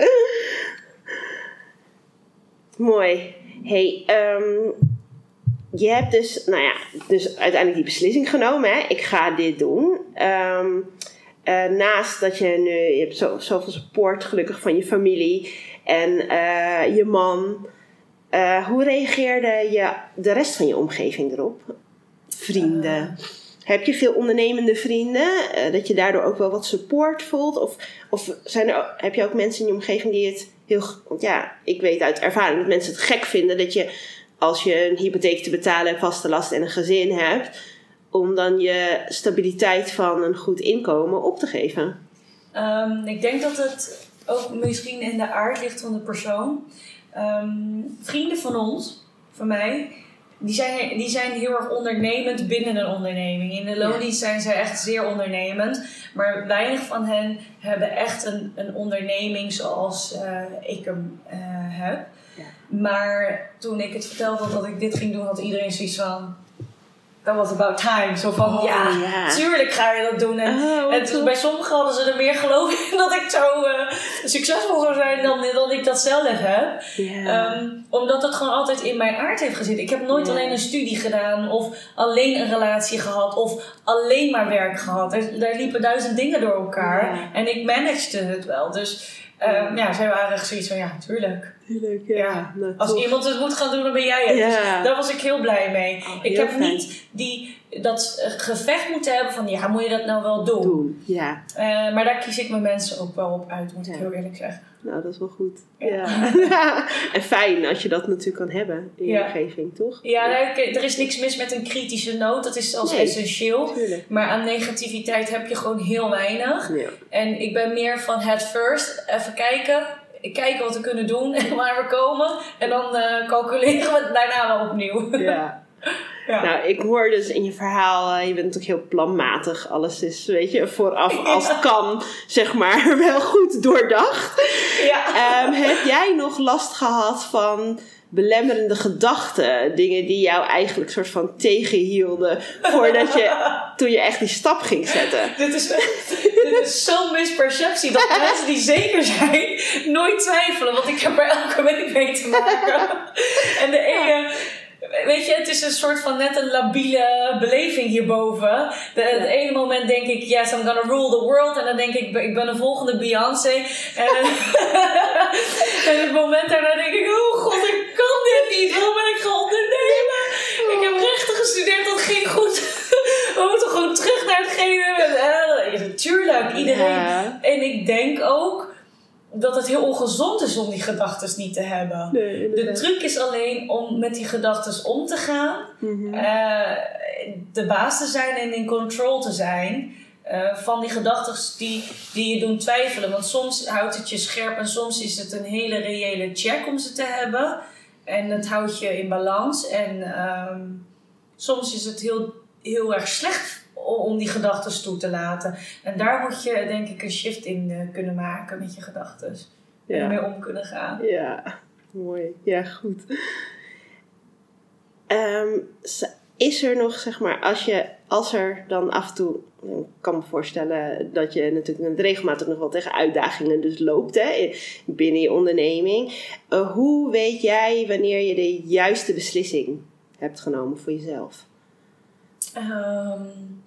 Speaker 2: mooi. Hey, um, je hebt dus, nou ja, dus uiteindelijk die beslissing genomen. Hè? Ik ga dit doen. Um, uh, naast dat je nu, je hebt zo, zoveel support gelukkig van je familie en uh, je man. Uh, hoe reageerde je de rest van je omgeving erop? Vrienden? Uh. Heb je veel ondernemende vrienden? Uh, dat je daardoor ook wel wat support voelt? Of, of zijn er, heb je ook mensen in je omgeving die het heel... Want ja, ik weet uit ervaring dat mensen het gek vinden dat je, als je een hypotheek te betalen hebt, vaste last en een gezin hebt, om dan je stabiliteit van een goed inkomen op te geven.
Speaker 3: Um, ik denk dat het ook misschien in de aard ligt van de persoon. Um, vrienden van ons, van mij, die zijn, die zijn heel erg ondernemend binnen een onderneming. In de loondienst zijn ze echt zeer ondernemend. Maar weinig van hen hebben echt een, een onderneming zoals uh, ik hem uh, heb. Ja. Maar toen ik het vertelde dat ik dit ging doen, had iedereen zoiets van... That was about time. Zo van,
Speaker 2: oh,
Speaker 3: ja,
Speaker 2: ja,
Speaker 3: tuurlijk ga je dat doen. En,
Speaker 2: oh,
Speaker 3: en toen, bij sommigen hadden ze er meer geloof in dat ik zo uh, succesvol zou zijn dan, dan ik dat zelf heb.
Speaker 2: Yeah.
Speaker 3: Um, omdat het gewoon altijd in mijn aard heeft gezeten. Ik heb nooit yeah. alleen een studie gedaan of alleen een relatie gehad of alleen maar werk gehad. Er, daar liepen duizend dingen door elkaar.
Speaker 2: Yeah.
Speaker 3: En ik managede het wel. Dus um, yeah. ja, zij waren echt zoiets van, ja, tuurlijk.
Speaker 2: Tuurlijk, ja. ja. Nou,
Speaker 3: als
Speaker 2: toch.
Speaker 3: iemand het moet gaan doen, dan ben jij het.
Speaker 2: Ja.
Speaker 3: Dus daar was ik heel blij mee.
Speaker 2: Oh,
Speaker 3: ik
Speaker 2: heel
Speaker 3: heb
Speaker 2: fijn.
Speaker 3: niet die, dat gevecht moeten hebben van, ja, moet je dat nou wel doen?
Speaker 2: doen ja.
Speaker 3: Uh, maar daar kies ik mijn mensen ook wel op uit, moet ja. ik heel eerlijk zeggen.
Speaker 2: Nou, dat is wel goed.
Speaker 3: Ja.
Speaker 2: Ja. En fijn als je dat natuurlijk kan hebben in je
Speaker 3: ja.
Speaker 2: omgeving, toch?
Speaker 3: Ja, ja. Nou, er is niks mis met een kritische noot. Dat is als
Speaker 2: nee,
Speaker 3: essentieel.
Speaker 2: Tuurlijk.
Speaker 3: Maar aan negativiteit heb je gewoon heel weinig.
Speaker 2: Ja.
Speaker 3: En ik ben meer van head first. Even kijken. Kijken wat we kunnen doen en waar we komen. En dan uh, calculeren we het daarna wel opnieuw.
Speaker 2: Ja.
Speaker 3: Ja.
Speaker 2: Nou, ik hoor dus in je verhaal, uh, je bent natuurlijk heel planmatig. Alles is, weet je, vooraf ja. als het kan, zeg maar, wel goed doordacht.
Speaker 3: Ja.
Speaker 2: Um, heb jij nog last gehad van belemmerende gedachten? Dingen die jou eigenlijk soort van tegenhielden voordat je, toen je echt die stap ging zetten?
Speaker 3: Dit is, dit is zo'n misperceptie dat mensen die zeker zijn nooit twijfelen. Want ik heb er elke week mee te maken. En de ene... Weet je, het is een soort van net een labiele beleving hierboven. De, ja. Het ene moment denk ik, yes, I'm gonna rule the world. En dan denk ik, ik ben de volgende Beyoncé. En, en het moment daarna denk ik, oh god, ik kan dit niet. Waarom ben ik gaan ondernemen? Ik heb rechten gestudeerd, dat ging goed. We moeten gewoon terug naar hetgene. Uh, tuurlijk, iedereen. Ja. En ik denk ook dat het heel ongezond is om die gedachten niet te hebben.
Speaker 2: Nee,
Speaker 3: de truc is alleen om met die gedachten om te gaan.
Speaker 2: Mm-hmm.
Speaker 3: Uh, de baas te zijn en in control te zijn. Uh, van die gedachten die, die je doen twijfelen. Want soms houdt het je scherp en soms is het een hele reële check om ze te hebben. En het houdt je in balans. En um, soms is het heel, heel erg slecht om die gedachten toe te laten. En daar moet je denk ik een shift in uh, kunnen maken met je gedachten. Ja. En ermee om kunnen gaan.
Speaker 2: Ja, mooi. Ja, goed. Um, is er nog, zeg maar, als je, als er dan af en toe, ik kan me voorstellen dat je natuurlijk regelmatig nog wel tegen uitdagingen dus loopt, hè, binnen je onderneming. Uh, hoe weet jij wanneer je de juiste beslissing hebt genomen voor jezelf?
Speaker 3: Um,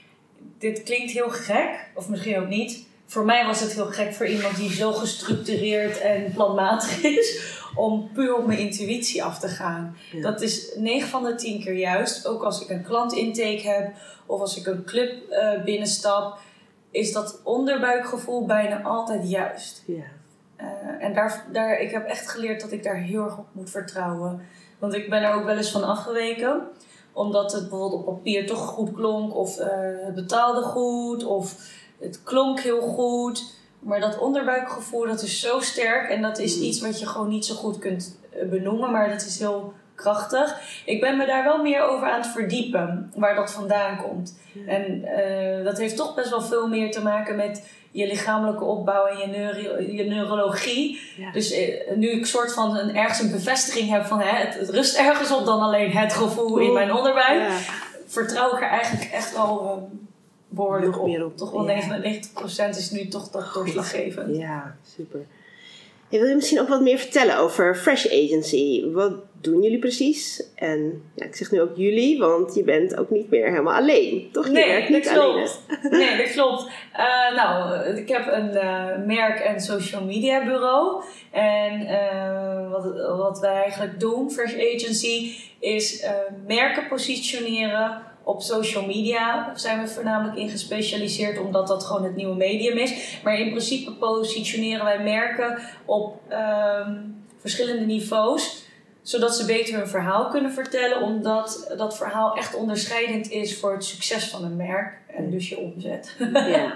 Speaker 3: dit klinkt heel gek, of misschien ook niet. Voor mij was het heel gek voor iemand die zo gestructureerd en planmatig is, om puur op mijn intuïtie af te gaan. Ja. Dat is negen van de tien keer juist. Ook als ik een klantintake heb of als ik een club uh, binnenstap, is dat onderbuikgevoel bijna altijd juist. Ja. Uh, en daar, daar, ik heb echt geleerd dat ik daar heel erg op moet vertrouwen. Want ik ben er ook wel eens van afgeweken. Omdat het bijvoorbeeld op papier toch goed klonk. Of uh, het betaalde goed. Of het klonk heel goed. Maar dat onderbuikgevoel, dat is zo sterk. En dat is iets wat je gewoon niet zo goed kunt benoemen. Maar dat is heel krachtig. Ik ben me daar wel meer over aan het verdiepen. Waar dat vandaan komt. Ja. En uh, dat heeft toch best wel veel meer te maken met je lichamelijke opbouw en je, neuro- je neurologie. Ja. Dus uh, nu ik soort van een, ergens een bevestiging heb van hè, het, het rust ergens op dan alleen het gevoel in mijn onderbuik. Ja. Vertrouw ik er eigenlijk echt wel uh, behoorlijk op. op. Toch wel ja. negenennegentig procent is nu toch dat doorslaggevend.
Speaker 2: Ja, super. Hey, wil je misschien ook wat meer vertellen over Fresh Agency? Wat doen jullie precies? En ja, ik zeg nu ook jullie, want je bent ook niet meer helemaal alleen. Toch? Je
Speaker 3: nee,
Speaker 2: werkt niet
Speaker 3: dat klopt.
Speaker 2: alleen.
Speaker 3: Nee, dat klopt. Uh, nou, ik heb een uh, merk- en social media bureau. En uh, wat, wat wij eigenlijk doen, Fresh Agency, is uh, merken positioneren. Op social media zijn we voornamelijk in gespecialiseerd omdat dat gewoon het nieuwe medium is. Maar in principe positioneren wij merken op um, verschillende niveaus. Zodat ze beter hun verhaal kunnen vertellen. Omdat dat verhaal echt onderscheidend is voor het succes van een merk. En dus je omzet. Ja.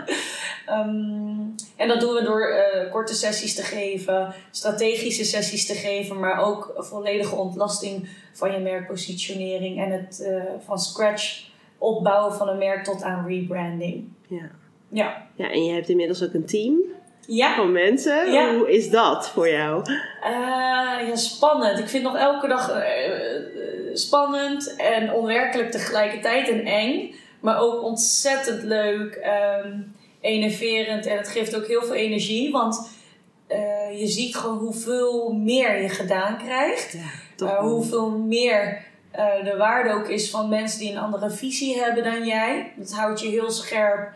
Speaker 3: um, en dat doen we door uh, korte sessies te geven. Strategische sessies te geven. Maar ook volledige ontlasting van je merkpositionering. En het uh, van scratch opbouwen van een merk tot aan rebranding.
Speaker 2: Ja.
Speaker 3: Ja.
Speaker 2: Ja, en je hebt inmiddels ook een team.
Speaker 3: Ja.
Speaker 2: Van mensen. Ja. Hoe is dat voor jou?
Speaker 3: Uh, ja, spannend. Ik vind nog elke dag uh, uh, spannend en onwerkelijk tegelijkertijd en eng. Maar ook ontzettend leuk, um, enerverend en het geeft ook heel veel energie. Want uh, je ziet gewoon hoeveel meer je gedaan krijgt. Ja, toch uh, hoeveel meer uh, de waarde ook is van mensen die een andere visie hebben dan jij. Dat houdt je heel scherp.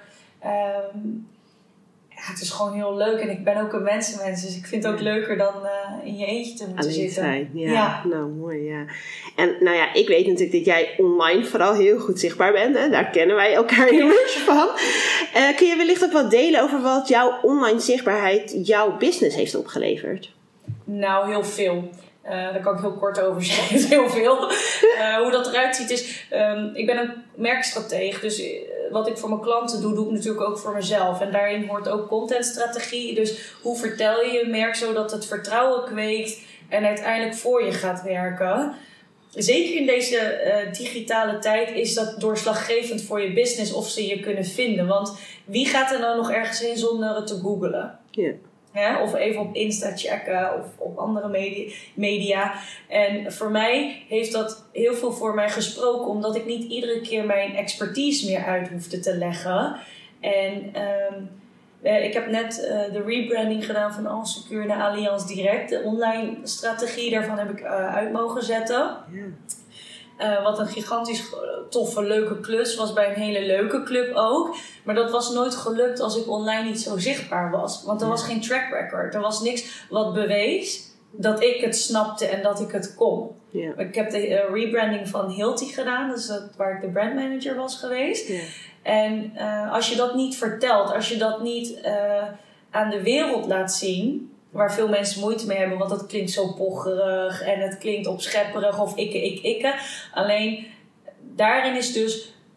Speaker 3: Um, Ja, het is gewoon heel leuk en ik ben ook een mensenmens, dus ik vind het ook leuker dan uh, in je eentje te moeten
Speaker 2: alleen
Speaker 3: zitten.
Speaker 2: Zijn, ja.
Speaker 3: ja.
Speaker 2: Nou, mooi, ja. En nou ja, ik weet natuurlijk dat jij online vooral heel goed zichtbaar bent. Hè? Daar kennen wij elkaar immers van. Uh, kun je wellicht ook wat delen over wat jouw online zichtbaarheid jouw business heeft opgeleverd?
Speaker 3: Nou, heel veel. Uh, daar kan ik heel kort over zeggen. Heel veel. Uh, hoe dat eruit ziet is... Um, ik ben een merkstrateeg. Dus uh, wat ik voor mijn klanten doe, doe ik natuurlijk ook voor mezelf. En daarin hoort ook contentstrategie. Dus hoe vertel je je merk zodat het vertrouwen kweekt en uiteindelijk voor je gaat werken. Zeker in deze uh, digitale tijd is dat doorslaggevend voor je business of ze je kunnen vinden. Want wie gaat er nou nog ergens heen zonder te googlen? Ja. Yeah. Ja, of even op Insta checken of op andere media, media. En voor mij heeft dat heel veel voor mij gesproken. Omdat ik niet iedere keer mijn expertise meer uit hoefde te leggen. En um, eh, ik heb net uh, de rebranding gedaan van Allsecure naar Allianz Direct. De online strategie, daarvan heb ik uh, uit mogen zetten. Yeah. Uh, wat een gigantisch toffe, leuke klus was bij een hele leuke club ook. Maar dat was nooit gelukt als ik online niet zo zichtbaar was. Want er was geen track record. Er was niks wat bewees dat ik het snapte en dat ik het kon. Yeah. Ik heb de uh, rebranding van Hilti gedaan. Dat is dat waar ik de brandmanager was geweest. Yeah. En uh, als je dat niet vertelt, als je dat niet uh, aan de wereld laat zien... Waar veel mensen moeite mee hebben, want dat klinkt zo pocherig en het klinkt opschepperig of ikke, ikke, ikke. Alleen daarin is dus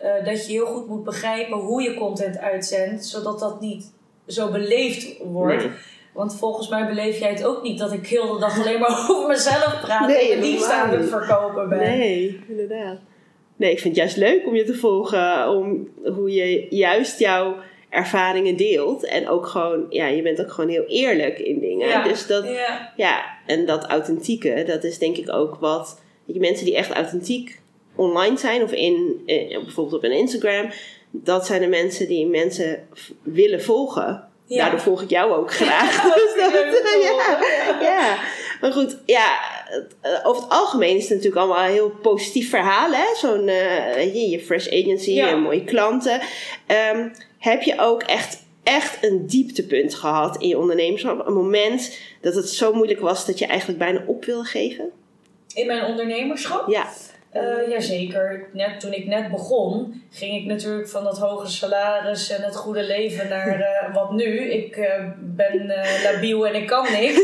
Speaker 3: uh, dat je heel goed moet begrijpen hoe je content uitzendt, zodat dat niet zo beleefd wordt. Nee. Want volgens mij beleef jij het ook niet dat ik heel de dag alleen maar over mezelf praat nee, en dienst aan het verkopen ben.
Speaker 2: Nee, inderdaad. Nee, ik vind het juist leuk om je te volgen, om hoe je juist jouw ervaringen deelt. En ook gewoon, ja, je bent ook gewoon heel eerlijk in dingen.
Speaker 3: Ja,
Speaker 2: dus dat,
Speaker 3: ja.
Speaker 2: ja, en dat authentieke, dat is denk ik ook wat, weet je, mensen die echt authentiek online zijn, of in, eh, bijvoorbeeld op een Instagram, dat zijn de mensen die mensen v- willen volgen. Ja. Daardoor volg ik jou ook graag. Dus dat, ja, ja. Maar goed, ja, over het algemeen is het natuurlijk allemaal een heel positief verhaal. Hè? Zo'n, uh, weet je, je fresh agency ja. en mooie klanten. Um, heb je ook echt, echt een dieptepunt gehad in je ondernemerschap? Een moment dat het zo moeilijk was dat je eigenlijk bijna op wilde geven?
Speaker 3: In mijn ondernemerschap?
Speaker 2: Ja.
Speaker 3: Uh, jazeker. Net, toen ik net begon, ging ik natuurlijk van dat hoge salaris en het goede leven naar uh, wat nu. Ik uh, ben uh, labiel en ik kan niks.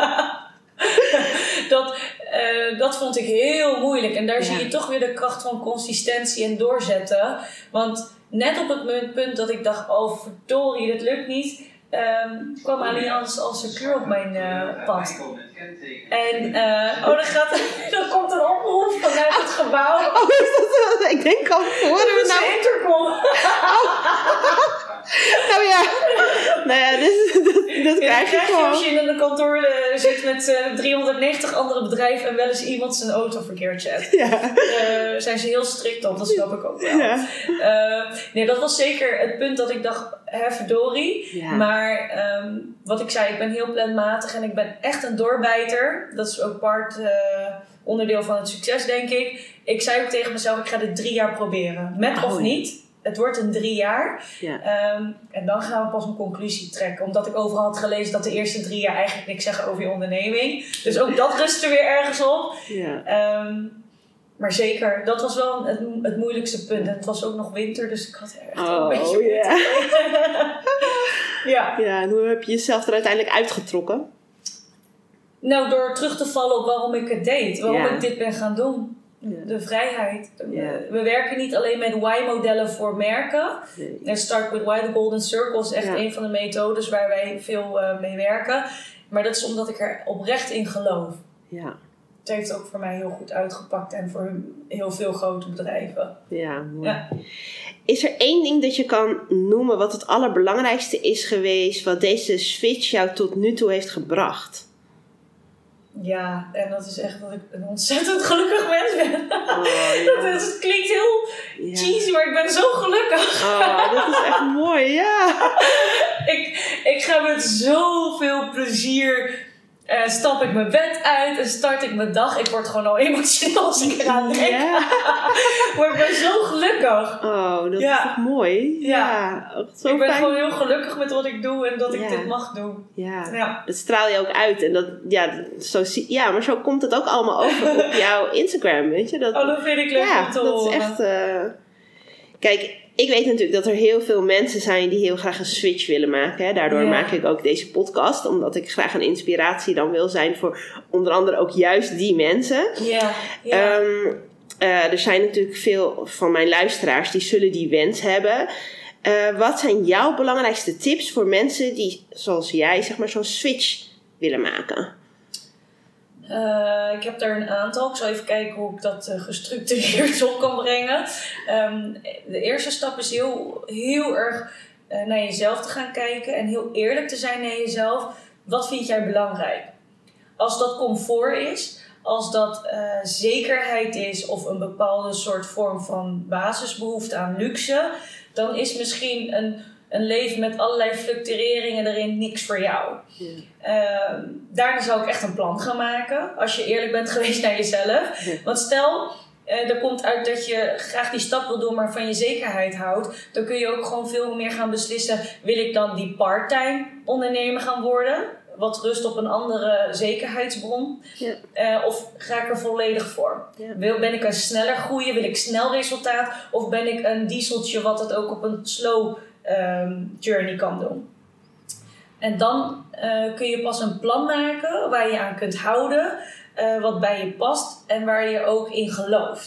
Speaker 3: dat, uh, dat vond ik heel moeilijk. En daar ja. zie je toch weer de kracht van consistentie en doorzetten. Want net op het punt dat ik dacht, oh verdorie, dat lukt niet, um, kwam Allianz als secuur op mijn uh, pad. En, uh, oh, dan, gaat, dan komt een oproep vanuit het gebouw.
Speaker 2: Oh, is dat zo? Ik denk al voor we
Speaker 3: nou... intercom.
Speaker 2: Oh. Nou ja, nou ja, dus, dat, dat
Speaker 3: ja,
Speaker 2: krijg je gewoon.
Speaker 3: Als je in een kantoor uh, zit met uh, driehonderdnegentig andere bedrijven en wel eens iemand zijn auto verkeerd zet. Ja. Uh, zijn ze heel strikt op, dat snap ik ook wel. Ja. Uh, nee, dat was zeker het punt dat ik dacht, hè, verdorie. Ja. Maar um, wat ik zei, ik ben heel planmatig en ik ben echt een doorbijter. Dat is ook part, uh, onderdeel van het succes, denk ik. Ik zei ook tegen mezelf, ik ga dit drie jaar proberen. Met oh, of niet. Het wordt een drie jaar. Ja. Um, en dan gaan we pas een conclusie trekken. Omdat ik overal had gelezen dat de eerste drie jaar eigenlijk niks zeggen over je onderneming. Dus ook dat rust er weer ergens op. Ja. Um, maar zeker, dat was wel het, het moeilijkste punt. En het was ook nog winter, dus ik had er echt oh, een beetje
Speaker 2: yeah.
Speaker 3: ja.
Speaker 2: Ja, en hoe heb je jezelf er uiteindelijk uitgetrokken?
Speaker 3: Nou, door terug te vallen op waarom ik het deed. Waarom ja. ik dit ben gaan doen. Ja. De vrijheid. Ja. We werken niet alleen met why-modellen voor merken. Nee. En Start with Why, de Golden Circle is echt ja. een van de methodes waar wij veel uh, mee werken. Maar dat is omdat ik er oprecht in geloof.
Speaker 2: Ja.
Speaker 3: Het heeft ook voor mij heel goed uitgepakt en voor heel veel grote bedrijven.
Speaker 2: Ja, mooi. Ja. Is er één ding dat je kan noemen wat het allerbelangrijkste is geweest, wat deze switch jou tot nu toe heeft gebracht?
Speaker 3: Ja, en dat is echt dat ik een ontzettend gelukkig mens ben.
Speaker 2: Oh, ja.
Speaker 3: dat is, het klinkt heel ja. cheesy, maar ik ben zo gelukkig.
Speaker 2: Oh, dat is echt mooi, ja.
Speaker 3: ik, ik ga met zoveel plezier... Uh, stap ik mijn bed uit en start ik mijn dag. Ik word gewoon al emotioneel als ik eraan denk. Yeah. Maar ik ben zo gelukkig.
Speaker 2: Oh, dat ja. is toch mooi?
Speaker 3: Ja.
Speaker 2: ja zo
Speaker 3: ik ben
Speaker 2: fijn.
Speaker 3: gewoon heel gelukkig met wat ik doe en dat ik ja. dit mag doen.
Speaker 2: Ja. ja, dat straal je ook uit. En dat, ja, zo, ja, maar zo komt het ook allemaal over op jouw Instagram, weet je? Dat,
Speaker 3: oh, dat vind ik leuk
Speaker 2: ja,
Speaker 3: om te
Speaker 2: dat
Speaker 3: horen.
Speaker 2: Is echt, uh... Kijk... Ik weet natuurlijk dat er heel veel mensen zijn die heel graag een switch willen maken. Hè. Daardoor ja. maak ik ook deze podcast. Omdat ik graag een inspiratie dan wil zijn voor onder andere ook juist die mensen.
Speaker 3: Ja. ja.
Speaker 2: Um, uh, er zijn natuurlijk veel van mijn luisteraars die zullen die wens hebben. Uh, wat zijn jouw belangrijkste tips voor mensen die, zoals jij, zeg maar zo'n switch willen maken?
Speaker 3: Uh, ik heb daar een aantal. Ik zal even kijken hoe ik dat uh, gestructureerd op kan brengen. Um, de eerste stap is heel, heel erg uh, naar jezelf te gaan kijken. En heel eerlijk te zijn naar jezelf. Wat vind jij belangrijk? Als dat comfort is. Als dat uh, zekerheid is. Of een bepaalde soort vorm van basisbehoefte aan luxe. Dan is misschien een... Een leven met allerlei fluctueringen erin, niks voor jou. Ja. Uh, daarna zou ik echt een plan gaan maken. Als je eerlijk bent geweest naar jezelf. Ja. Want stel, uh, er komt uit dat je graag die stap wil doen, maar van je zekerheid houdt. Dan kun je ook gewoon veel meer gaan beslissen. Wil ik dan die part-time ondernemer gaan worden? Wat rust op een andere zekerheidsbron. Ja. Uh, of ga ik er volledig voor? Ja. Wil, ben ik een sneller groeien? Wil ik snel resultaat? Of ben ik een dieseltje wat het ook op een slow Um, journey kan doen. En dan uh, kun je pas een plan maken waar je aan kunt houden, uh, wat bij je past en waar je ook in gelooft.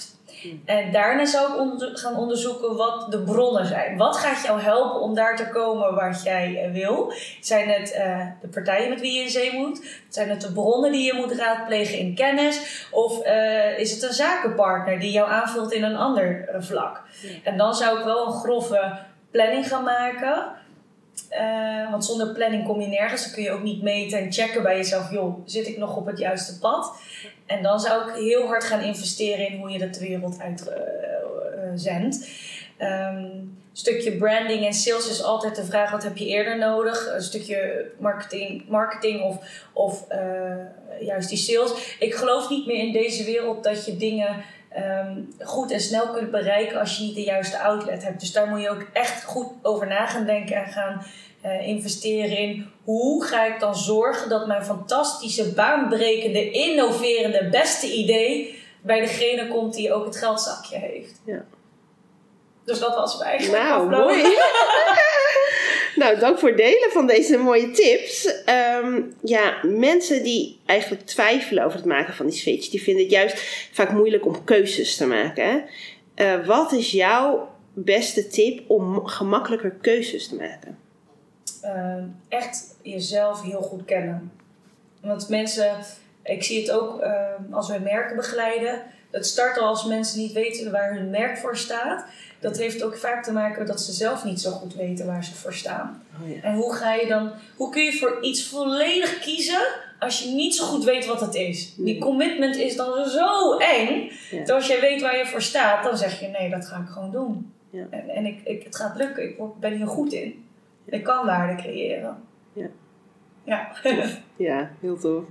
Speaker 3: Mm. En daarna zou ik onder, gaan onderzoeken wat de bronnen zijn. Wat gaat jou helpen om daar te komen waar jij uh, wil? Zijn het uh, de partijen met wie je in zee moet? Zijn het de bronnen die je moet raadplegen in kennis? Of uh, is het een zakenpartner die jou aanvult in een ander uh, vlak? Mm. En dan zou ik wel een grove planning gaan maken. Uh, want zonder planning kom je nergens. Dan kun je ook niet meten en checken bij jezelf. Joh, zit ik nog op het juiste pad? En dan zou ik heel hard gaan investeren in hoe je dat de wereld uitzendt. Uh, uh, um, een stukje branding en sales is altijd de vraag: wat heb je eerder nodig? Een stukje marketing, marketing of, of uh, juist die sales. Ik geloof niet meer in deze wereld dat je dingen Um, goed en snel kunt bereiken als je niet de juiste outlet hebt. Dus daar moet je ook echt goed over na gaan denken en gaan uh, investeren in hoe ga ik dan zorgen dat mijn fantastische, baanbrekende, innoverende, beste idee bij degene komt die ook het geldzakje heeft.
Speaker 2: Ja.
Speaker 3: Dus dat was het eigenlijk.
Speaker 2: Nou, mooi. Nou, dank voor het delen van deze mooie tips. Um, ja, mensen die eigenlijk twijfelen over het maken van die switch, die vinden het juist vaak moeilijk om keuzes te maken. Hè? Uh, wat is jouw beste tip om gemakkelijker keuzes te maken?
Speaker 3: Uh, echt jezelf heel goed kennen. Want mensen, ik zie het ook uh, als wij merken begeleiden. Het start al als mensen niet weten waar hun merk voor staat. Dat heeft ook vaak te maken dat ze zelf niet zo goed weten waar ze voor staan. Oh ja. En hoe ga je dan, hoe kun je voor iets volledig kiezen als je niet zo goed weet wat het is? Nee. Die commitment is dan zo eng. Ja. Dat als jij weet waar je voor staat, dan zeg je nee, dat ga ik gewoon doen. Ja. En, en ik, ik, het gaat lukken, ik ben hier goed in. Ja. Ik kan waarde creëren.
Speaker 2: Ja,
Speaker 3: ja.
Speaker 2: Ja, heel tof.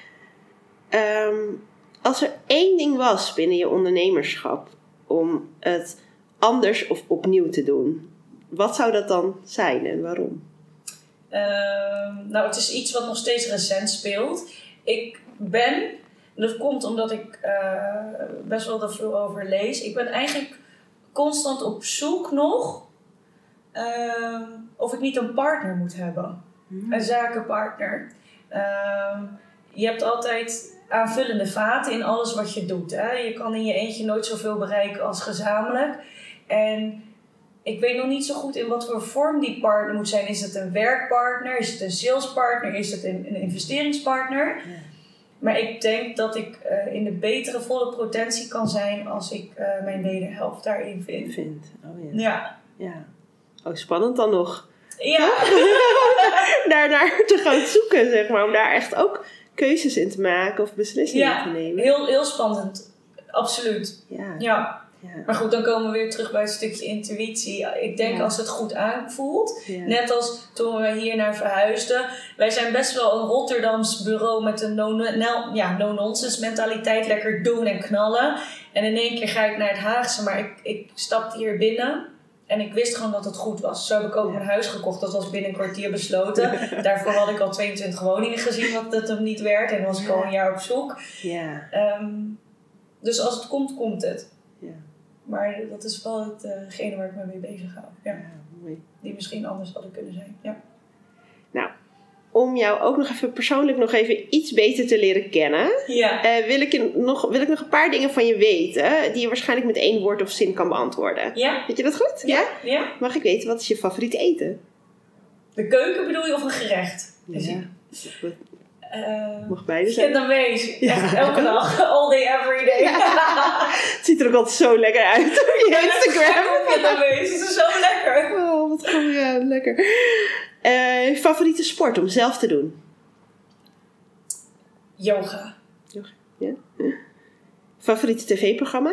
Speaker 2: Um, als er één ding was binnen je ondernemerschap om het anders of opnieuw te doen, wat zou dat dan zijn en waarom?
Speaker 3: Uh, nou, het is iets wat nog steeds recent speelt. Ik ben, en dat komt omdat ik uh, best wel er veel over lees, ik ben eigenlijk constant op zoek nog uh, of ik niet een partner moet hebben. Hmm. Een zakenpartner. Uh, je hebt altijd aanvullende vaten in alles wat je doet. Hè? Je kan in je eentje nooit zoveel bereiken als gezamenlijk. En ik weet nog niet zo goed in wat voor vorm die partner moet zijn. Is het een werkpartner? Is het een salespartner? Is het een, een investeringspartner? Ja. Maar ik denk dat ik uh, in de betere volle potentie kan zijn als ik uh, mijn wederhelft daarin vind.
Speaker 2: Vind. Oh ja.
Speaker 3: Ja.
Speaker 2: Ja. Oh, spannend dan nog.
Speaker 3: Ja.
Speaker 2: daar naar te gaan zoeken, zeg maar. Om daar echt ook keuzes in te maken of beslissingen
Speaker 3: ja,
Speaker 2: te nemen.
Speaker 3: Heel, heel spannend. Absoluut.
Speaker 2: Ja.
Speaker 3: Ja. Ja. Maar goed, dan komen we weer terug bij het stukje intuïtie. Ik denk ja. als het goed aanvoelt. Ja. Net als toen we hier naar verhuisden. Wij zijn best wel een Rotterdams bureau met een no-nonsense ja, no mentaliteit. Lekker doen en knallen. En in één keer ga ik naar het Haagse. Maar ik, ik stapte hier binnen. En ik wist gewoon dat het goed was. Zo heb ik ook ja. een huis gekocht. Dat was binnen een kwartier besloten. Daarvoor had ik al tweeëntwintig woningen gezien wat het hem niet werd. En was ik ja. al een jaar op zoek.
Speaker 2: Ja.
Speaker 3: Um, dus als het komt, komt het.
Speaker 2: Ja.
Speaker 3: Maar dat is wel hetgene uh, waar ik me mee bezig hou. Ja.
Speaker 2: Ja, mooi.
Speaker 3: Die misschien anders hadden kunnen zijn. Ja.
Speaker 2: Nou, om jou ook nog even persoonlijk nog even iets beter te leren kennen.
Speaker 3: Ja.
Speaker 2: Uh, wil, ik je nog, wil ik nog een paar dingen van je weten. Die je waarschijnlijk met één woord of zin kan beantwoorden.
Speaker 3: Ja.
Speaker 2: Weet je dat goed?
Speaker 3: Ja. Ja? Ja.
Speaker 2: Mag ik weten, wat is je favoriete eten?
Speaker 3: De keuken bedoel je of een gerecht?
Speaker 2: Ja.
Speaker 3: Uh,
Speaker 2: Mag beide zijn.
Speaker 3: Vietnamees. Ja. Echt elke dag. All day, every day.
Speaker 2: Ja. Het ziet er ook altijd zo lekker uit op je Instagram.
Speaker 3: Vietnamees. Het is zo lekker.
Speaker 2: Oh, wat goed. Ja, lekker. Uh, je favoriete sport om zelf te doen?
Speaker 3: Yoga.
Speaker 2: Yoga, ja. Favoriete tv-programma?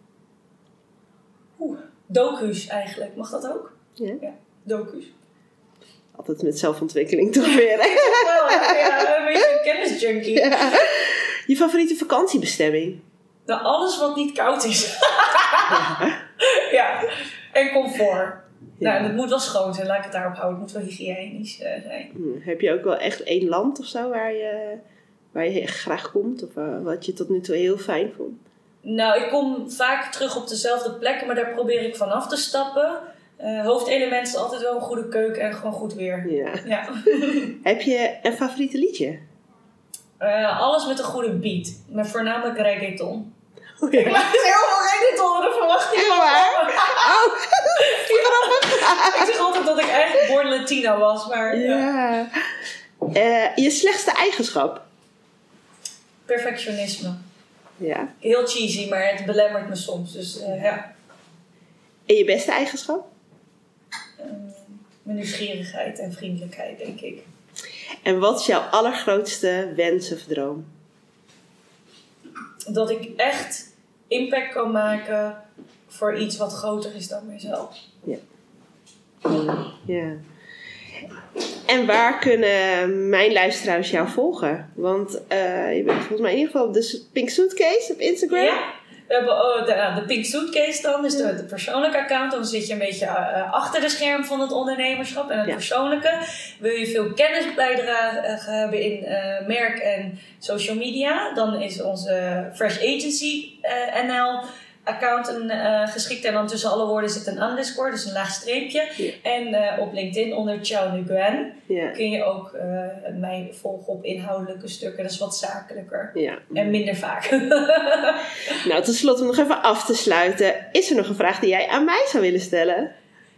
Speaker 3: Oeh, docu's eigenlijk. Mag dat ook?
Speaker 2: Ja.
Speaker 3: Ja, docu's.
Speaker 2: Altijd met zelfontwikkeling toch weer, hè?
Speaker 3: Ja, een beetje een kennisjunkie. Ja.
Speaker 2: Je favoriete vakantiebestemming?
Speaker 3: Nou, alles wat niet koud is. Ja. Ja, en comfort. Ja. Nou, het moet wel schoon zijn, laat ik het daarop houden. Het moet wel hygiënisch uh, zijn.
Speaker 2: Hmm. Heb je ook wel echt één land of zo waar je, waar je echt graag komt? Of uh, wat je tot nu toe heel fijn vond?
Speaker 3: Nou, ik kom vaak terug op dezelfde plekken, maar daar probeer ik van af te stappen. Uh, hoofdelement is altijd wel een goede keuken en gewoon goed weer.
Speaker 2: Ja.
Speaker 3: Ja.
Speaker 2: Heb je een favoriete liedje?
Speaker 3: Uh, alles met een goede beat. Maar voornamelijk reggaeton.
Speaker 2: Oh, ja.
Speaker 3: Ik laat heel veel Reddit onder de verwachting.
Speaker 2: Echt waar? Oh, die grappig.
Speaker 3: Ik zeg altijd dat ik eigenlijk born Latina was, maar... Ja.
Speaker 2: Ja. Uh, je slechtste eigenschap?
Speaker 3: Perfectionisme.
Speaker 2: Ja.
Speaker 3: Heel cheesy, maar het belemmert me soms. Dus uh, ja.
Speaker 2: En je beste eigenschap?
Speaker 3: Um, mijn nieuwsgierigheid en vriendelijkheid, denk ik.
Speaker 2: En wat is jouw allergrootste wens of droom?
Speaker 3: Dat ik echt impact kan maken voor iets wat groter is dan mijzelf.
Speaker 2: Ja. Ja. En waar kunnen mijn luisteraars jou volgen? Want uh, je bent volgens mij in ieder geval op de Pink Suitcase op Instagram.
Speaker 3: Ja, we hebben oh, de, de Pink Suitcase dan, dus de, de persoonlijke account. Dan zit je een beetje uh, achter de scherm van het ondernemerschap en het ja. persoonlijke. Wil je veel kennis bijdragen hebben in uh, merk en social media? Dan is onze Fresh Agency uh, N L account een uh, geschikt. En dan tussen alle woorden zit een underscore, dus een laag streepje. Ja. En uh, op LinkedIn onder Ciao Nguyen ja. kun je ook uh, mij volgen op inhoudelijke stukken. Dat is wat zakelijker. Ja. En minder vaak.
Speaker 2: Nou, tot slot om nog even af te sluiten. Is er nog een vraag die jij aan mij zou willen stellen?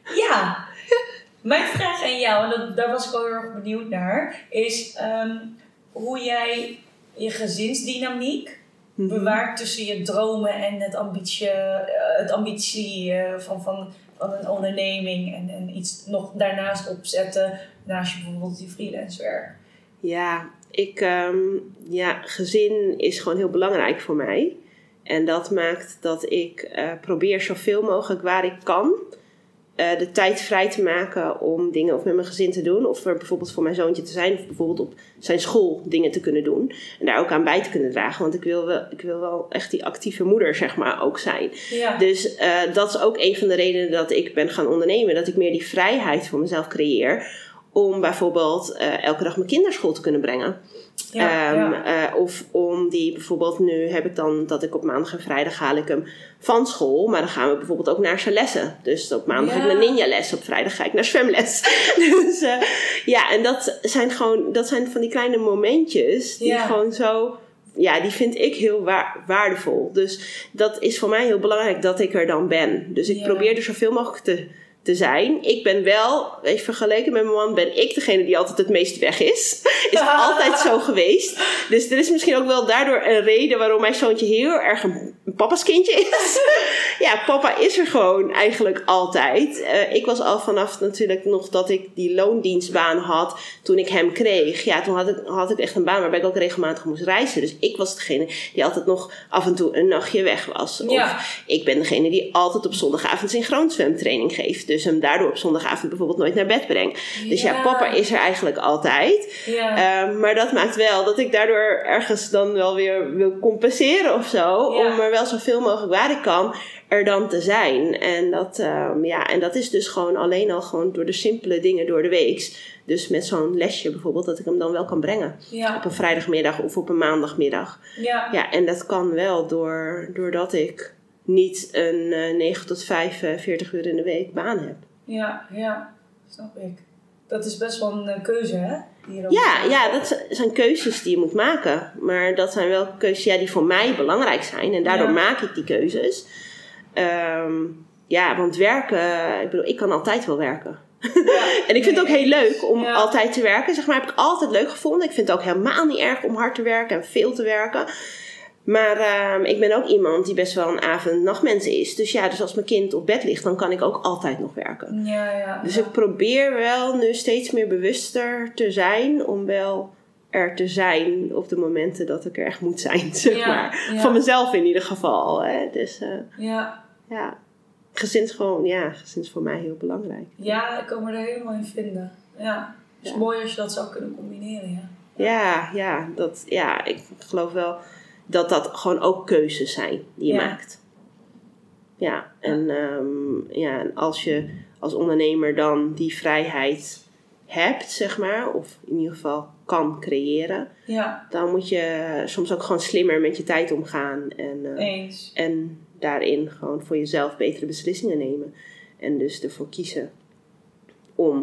Speaker 3: Ja. Mijn vraag aan jou, en dat, daar was ik al heel erg benieuwd naar, is um, hoe jij je gezinsdynamiek bewaart tussen je dromen en het ambitie, het ambitie van, van, van een onderneming en, en iets nog daarnaast opzetten, naast je bijvoorbeeld die freelance werk.
Speaker 2: Ja, ik, um, ja, gezin is gewoon heel belangrijk voor mij. En dat maakt dat ik uh, probeer zoveel mogelijk waar ik kan Uh, de tijd vrij te maken om dingen of met mijn gezin te doen. Of er bijvoorbeeld voor mijn zoontje te zijn. Of bijvoorbeeld op zijn school dingen te kunnen doen. En daar ook aan bij te kunnen dragen. Want ik wil wel, ik wil wel echt die actieve moeder, zeg maar, ook zijn. Ja. Dus uh, dat is ook een van de redenen dat ik ben gaan ondernemen. Dat ik meer die vrijheid voor mezelf creëer. Om bijvoorbeeld uh, elke dag mijn kinderschool te kunnen brengen. Ja, um, ja. Uh, of om die bijvoorbeeld, nu heb ik dan dat ik op maandag en vrijdag haal ik hem van school. Maar dan gaan we bijvoorbeeld ook naar zijn lessen. Dus op maandag ja. heb ik mijn ninja les. Op vrijdag ga ik naar zwemles. Dus uh, ja, en dat zijn gewoon, dat zijn van die kleine momentjes die ja. gewoon zo, ja, die vind ik heel wa- waardevol. Dus dat is voor mij heel belangrijk dat ik er dan ben. Dus ik ja. probeer er zoveel mogelijk te te zijn. Ik ben wel, even vergeleken met mijn man, ben ik degene die altijd het meest weg is. Is altijd zo geweest. Dus er is misschien ook wel daardoor een reden waarom mijn zoontje heel erg een, een papa's kindje is. Ja, papa is er gewoon eigenlijk altijd. Uh, ik was al vanaf natuurlijk nog dat ik die loondienstbaan had toen ik hem kreeg. Ja, toen had ik, had ik echt een baan waarbij ik ook regelmatig moest reizen. Dus ik was degene die altijd nog af en toe een nachtje weg was. Ja. Of ik ben degene die altijd op zondagavond synchroonzwemtraining geeft. Dus hem daardoor op zondagavond bijvoorbeeld nooit naar bed breng. Ja. Dus ja, papa is er eigenlijk altijd. Ja. Um, maar dat maakt wel dat ik daardoor ergens dan wel weer wil compenseren of zo. Ja. Om er wel zoveel mogelijk waar ik kan er dan te zijn. En dat, um, ja, en dat is dus gewoon alleen al gewoon door de simpele dingen door de week. Dus met zo'n lesje bijvoorbeeld, dat ik hem dan wel kan brengen. Ja. Op een vrijdagmiddag of op een maandagmiddag. Ja, ja en dat kan wel door, doordat ik niet een uh, negen tot vijf, uh, veertig uur in de week baan heb.
Speaker 3: Ja, ja, snap ik. Dat is best wel een uh, keuze, hè?
Speaker 2: Ja, ja, dat zijn keuzes die je moet maken. Maar dat zijn wel keuzes ja, die voor mij belangrijk zijn. En daardoor ja. maak ik die keuzes. Um, ja, want werken, ik bedoel, ik kan altijd wel werken. Ja, en ik vind het ook heel leuk om ja. altijd te werken. Zeg maar, heb ik altijd leuk gevonden. Ik vind het ook helemaal niet erg om hard te werken en veel te werken. Maar um, ik ben ook iemand die best wel een avond-nachtmens is. Dus ja, dus als mijn kind op bed ligt, dan kan ik ook altijd nog werken. Ja, ja, dus ja. ik probeer wel nu steeds meer bewuster te zijn om wel er te zijn op de momenten dat ik er echt moet zijn, zeg ja, maar. Ja. Van mezelf in ieder geval. Hè. Dus uh, ja. ja, gezin is gewoon, ja, gezin is voor mij heel belangrijk.
Speaker 3: Ja, ik kan me er helemaal in vinden. Ja, het is ja. mooi als je dat zou kunnen combineren, ja.
Speaker 2: Ja, ja, dat, ja, ik geloof wel dat dat gewoon ook keuzes zijn die je ja. maakt. Ja, en um, ja, als je als ondernemer dan die vrijheid hebt, zeg maar, of in ieder geval kan creëren, ja. dan moet je soms ook gewoon slimmer met je tijd omgaan en, uh,
Speaker 3: Eens.
Speaker 2: en daarin gewoon voor jezelf betere beslissingen nemen. En dus ervoor kiezen om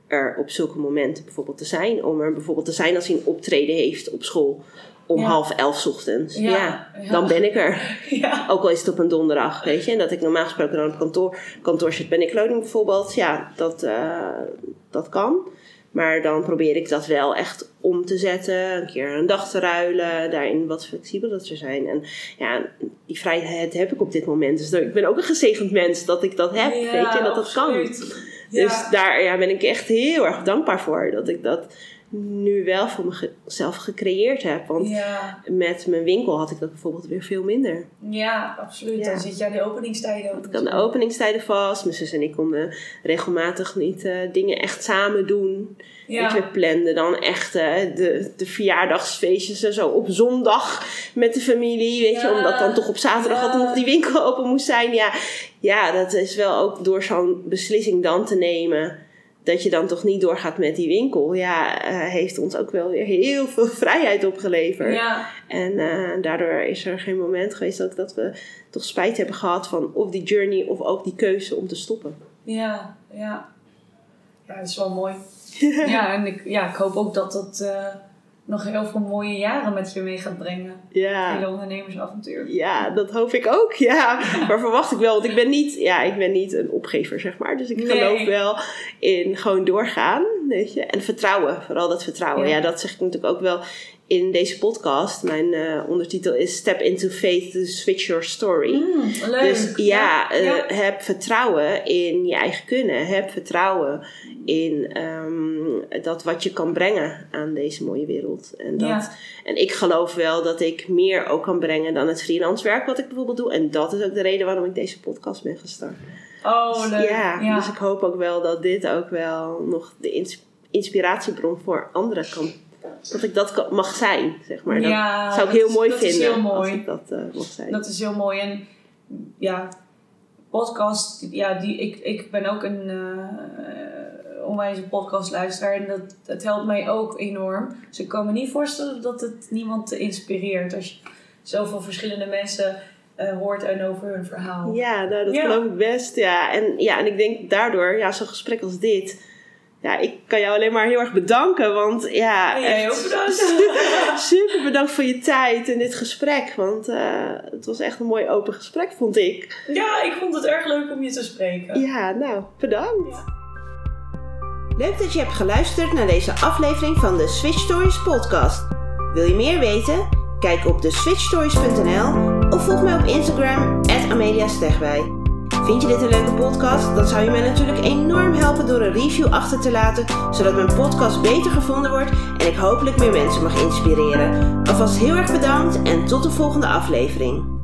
Speaker 2: er op zulke momenten bijvoorbeeld te zijn. Om er bijvoorbeeld te zijn als hij een optreden heeft op school. Om ja. half elf 's ochtends. Ja, ja, ja, dan ben ik er. Ja. Ook al is het op een donderdag, weet je. En dat ik normaal gesproken dan op kantoor, kantoor zit bij Nickelodeon bijvoorbeeld. Ja, dat, uh, dat kan. Maar dan probeer ik dat wel echt om te zetten. Een keer een dag te ruilen. Daarin wat flexibeler te zijn. En ja, die vrijheid heb ik op dit moment. Dus ik ben ook een gezegend mens dat ik dat heb. Ja, weet je, dat dat kan. Ja. Dus daar ja, ben ik echt heel erg dankbaar voor. Dat ik dat nu wel voor mezelf gecreëerd heb. Want ja. met mijn winkel had ik dat bijvoorbeeld weer veel minder.
Speaker 3: Ja, absoluut. Ja. Dan zit je aan de openingstijden ook.
Speaker 2: Ik had de openingstijden vast. Mijn zus en ik konden regelmatig niet uh, dingen echt samen doen. Ja. Weet je, we planden dan echt uh, de, de verjaardagsfeestjes en zo op zondag met de familie. Weet ja. je, omdat dan toch op zaterdag ja. altijd nog die winkel open moest zijn. Ja, ja, dat is wel ook door zo'n beslissing dan te nemen. Dat je dan toch niet doorgaat met die winkel. Ja, uh, heeft ons ook wel weer heel veel vrijheid opgeleverd. Ja. En uh, daardoor is er geen moment geweest dat, dat we toch spijt hebben gehad van of die journey of ook die keuze om te stoppen.
Speaker 3: Ja, ja. Ja, dat is wel mooi. ja, en ik, ja, ik hoop ook dat dat uh, nog heel veel mooie jaren met je mee gaat brengen. Ja. Hele ondernemersavontuur.
Speaker 2: Ja, dat hoop ik ook. Ja, maar verwacht ik wel. Want ik ben niet, ja, ik ben niet een opgever, zeg maar. Dus ik nee. geloof wel in gewoon doorgaan. Weet je. En vertrouwen. Vooral dat vertrouwen. Ja. ja, dat zeg ik natuurlijk ook wel in deze podcast. Mijn uh, ondertitel is Step into Faith to Switch Your Story.
Speaker 3: Mm, leuk.
Speaker 2: Dus ja, uh, ja, heb vertrouwen in je eigen kunnen. Heb vertrouwen in um, dat wat je kan brengen aan deze mooie wereld. En, dat, ja. en ik geloof wel dat ik meer ook kan brengen dan het freelance werk wat ik bijvoorbeeld doe. En dat is ook de reden waarom ik deze podcast ben gestart.
Speaker 3: Oh, leuk.
Speaker 2: Dus, ja, ja, dus ik hoop ook wel dat dit ook wel nog de ins- inspiratiebron voor anderen kan. Dat ik dat mag zijn, zeg maar. Dat ja, zou ik heel mooi dat vinden.
Speaker 3: Is heel mooi.
Speaker 2: Als ik dat uh, mag zijn.
Speaker 3: Dat is heel mooi. En ja, podcast, ja, die, ik, ik ben ook een uh, onwijze podcastluisteraar. En dat, dat helpt mij ook enorm. Dus ik kan me niet voorstellen dat het niemand inspireert. Als je zoveel verschillende mensen uh, hoort en over hun verhaal.
Speaker 2: Ja, nou, dat ja. geloof ik best. Ja. En, ja, en ik denk daardoor, ja, zo'n gesprek als dit. Ja, ik kan jou alleen maar heel erg bedanken, want ja...
Speaker 3: En jij ook bedankt.
Speaker 2: Super bedankt voor je tijd en dit gesprek, want uh, het was echt een mooi open gesprek, vond ik.
Speaker 3: Ja, ik vond het erg leuk om je te spreken.
Speaker 2: Ja, nou, bedankt. Ja. Leuk dat je hebt geluisterd naar deze aflevering van de Switch Stories podcast. Wil je meer weten? Kijk op de switch stories punt n l of volg mij op Instagram at Amelia Stegwij. Vind je dit een leuke podcast? Dan zou je mij natuurlijk enorm helpen door een review achter te laten, zodat mijn podcast beter gevonden wordt en ik hopelijk meer mensen mag inspireren. Alvast heel erg bedankt en tot de volgende aflevering.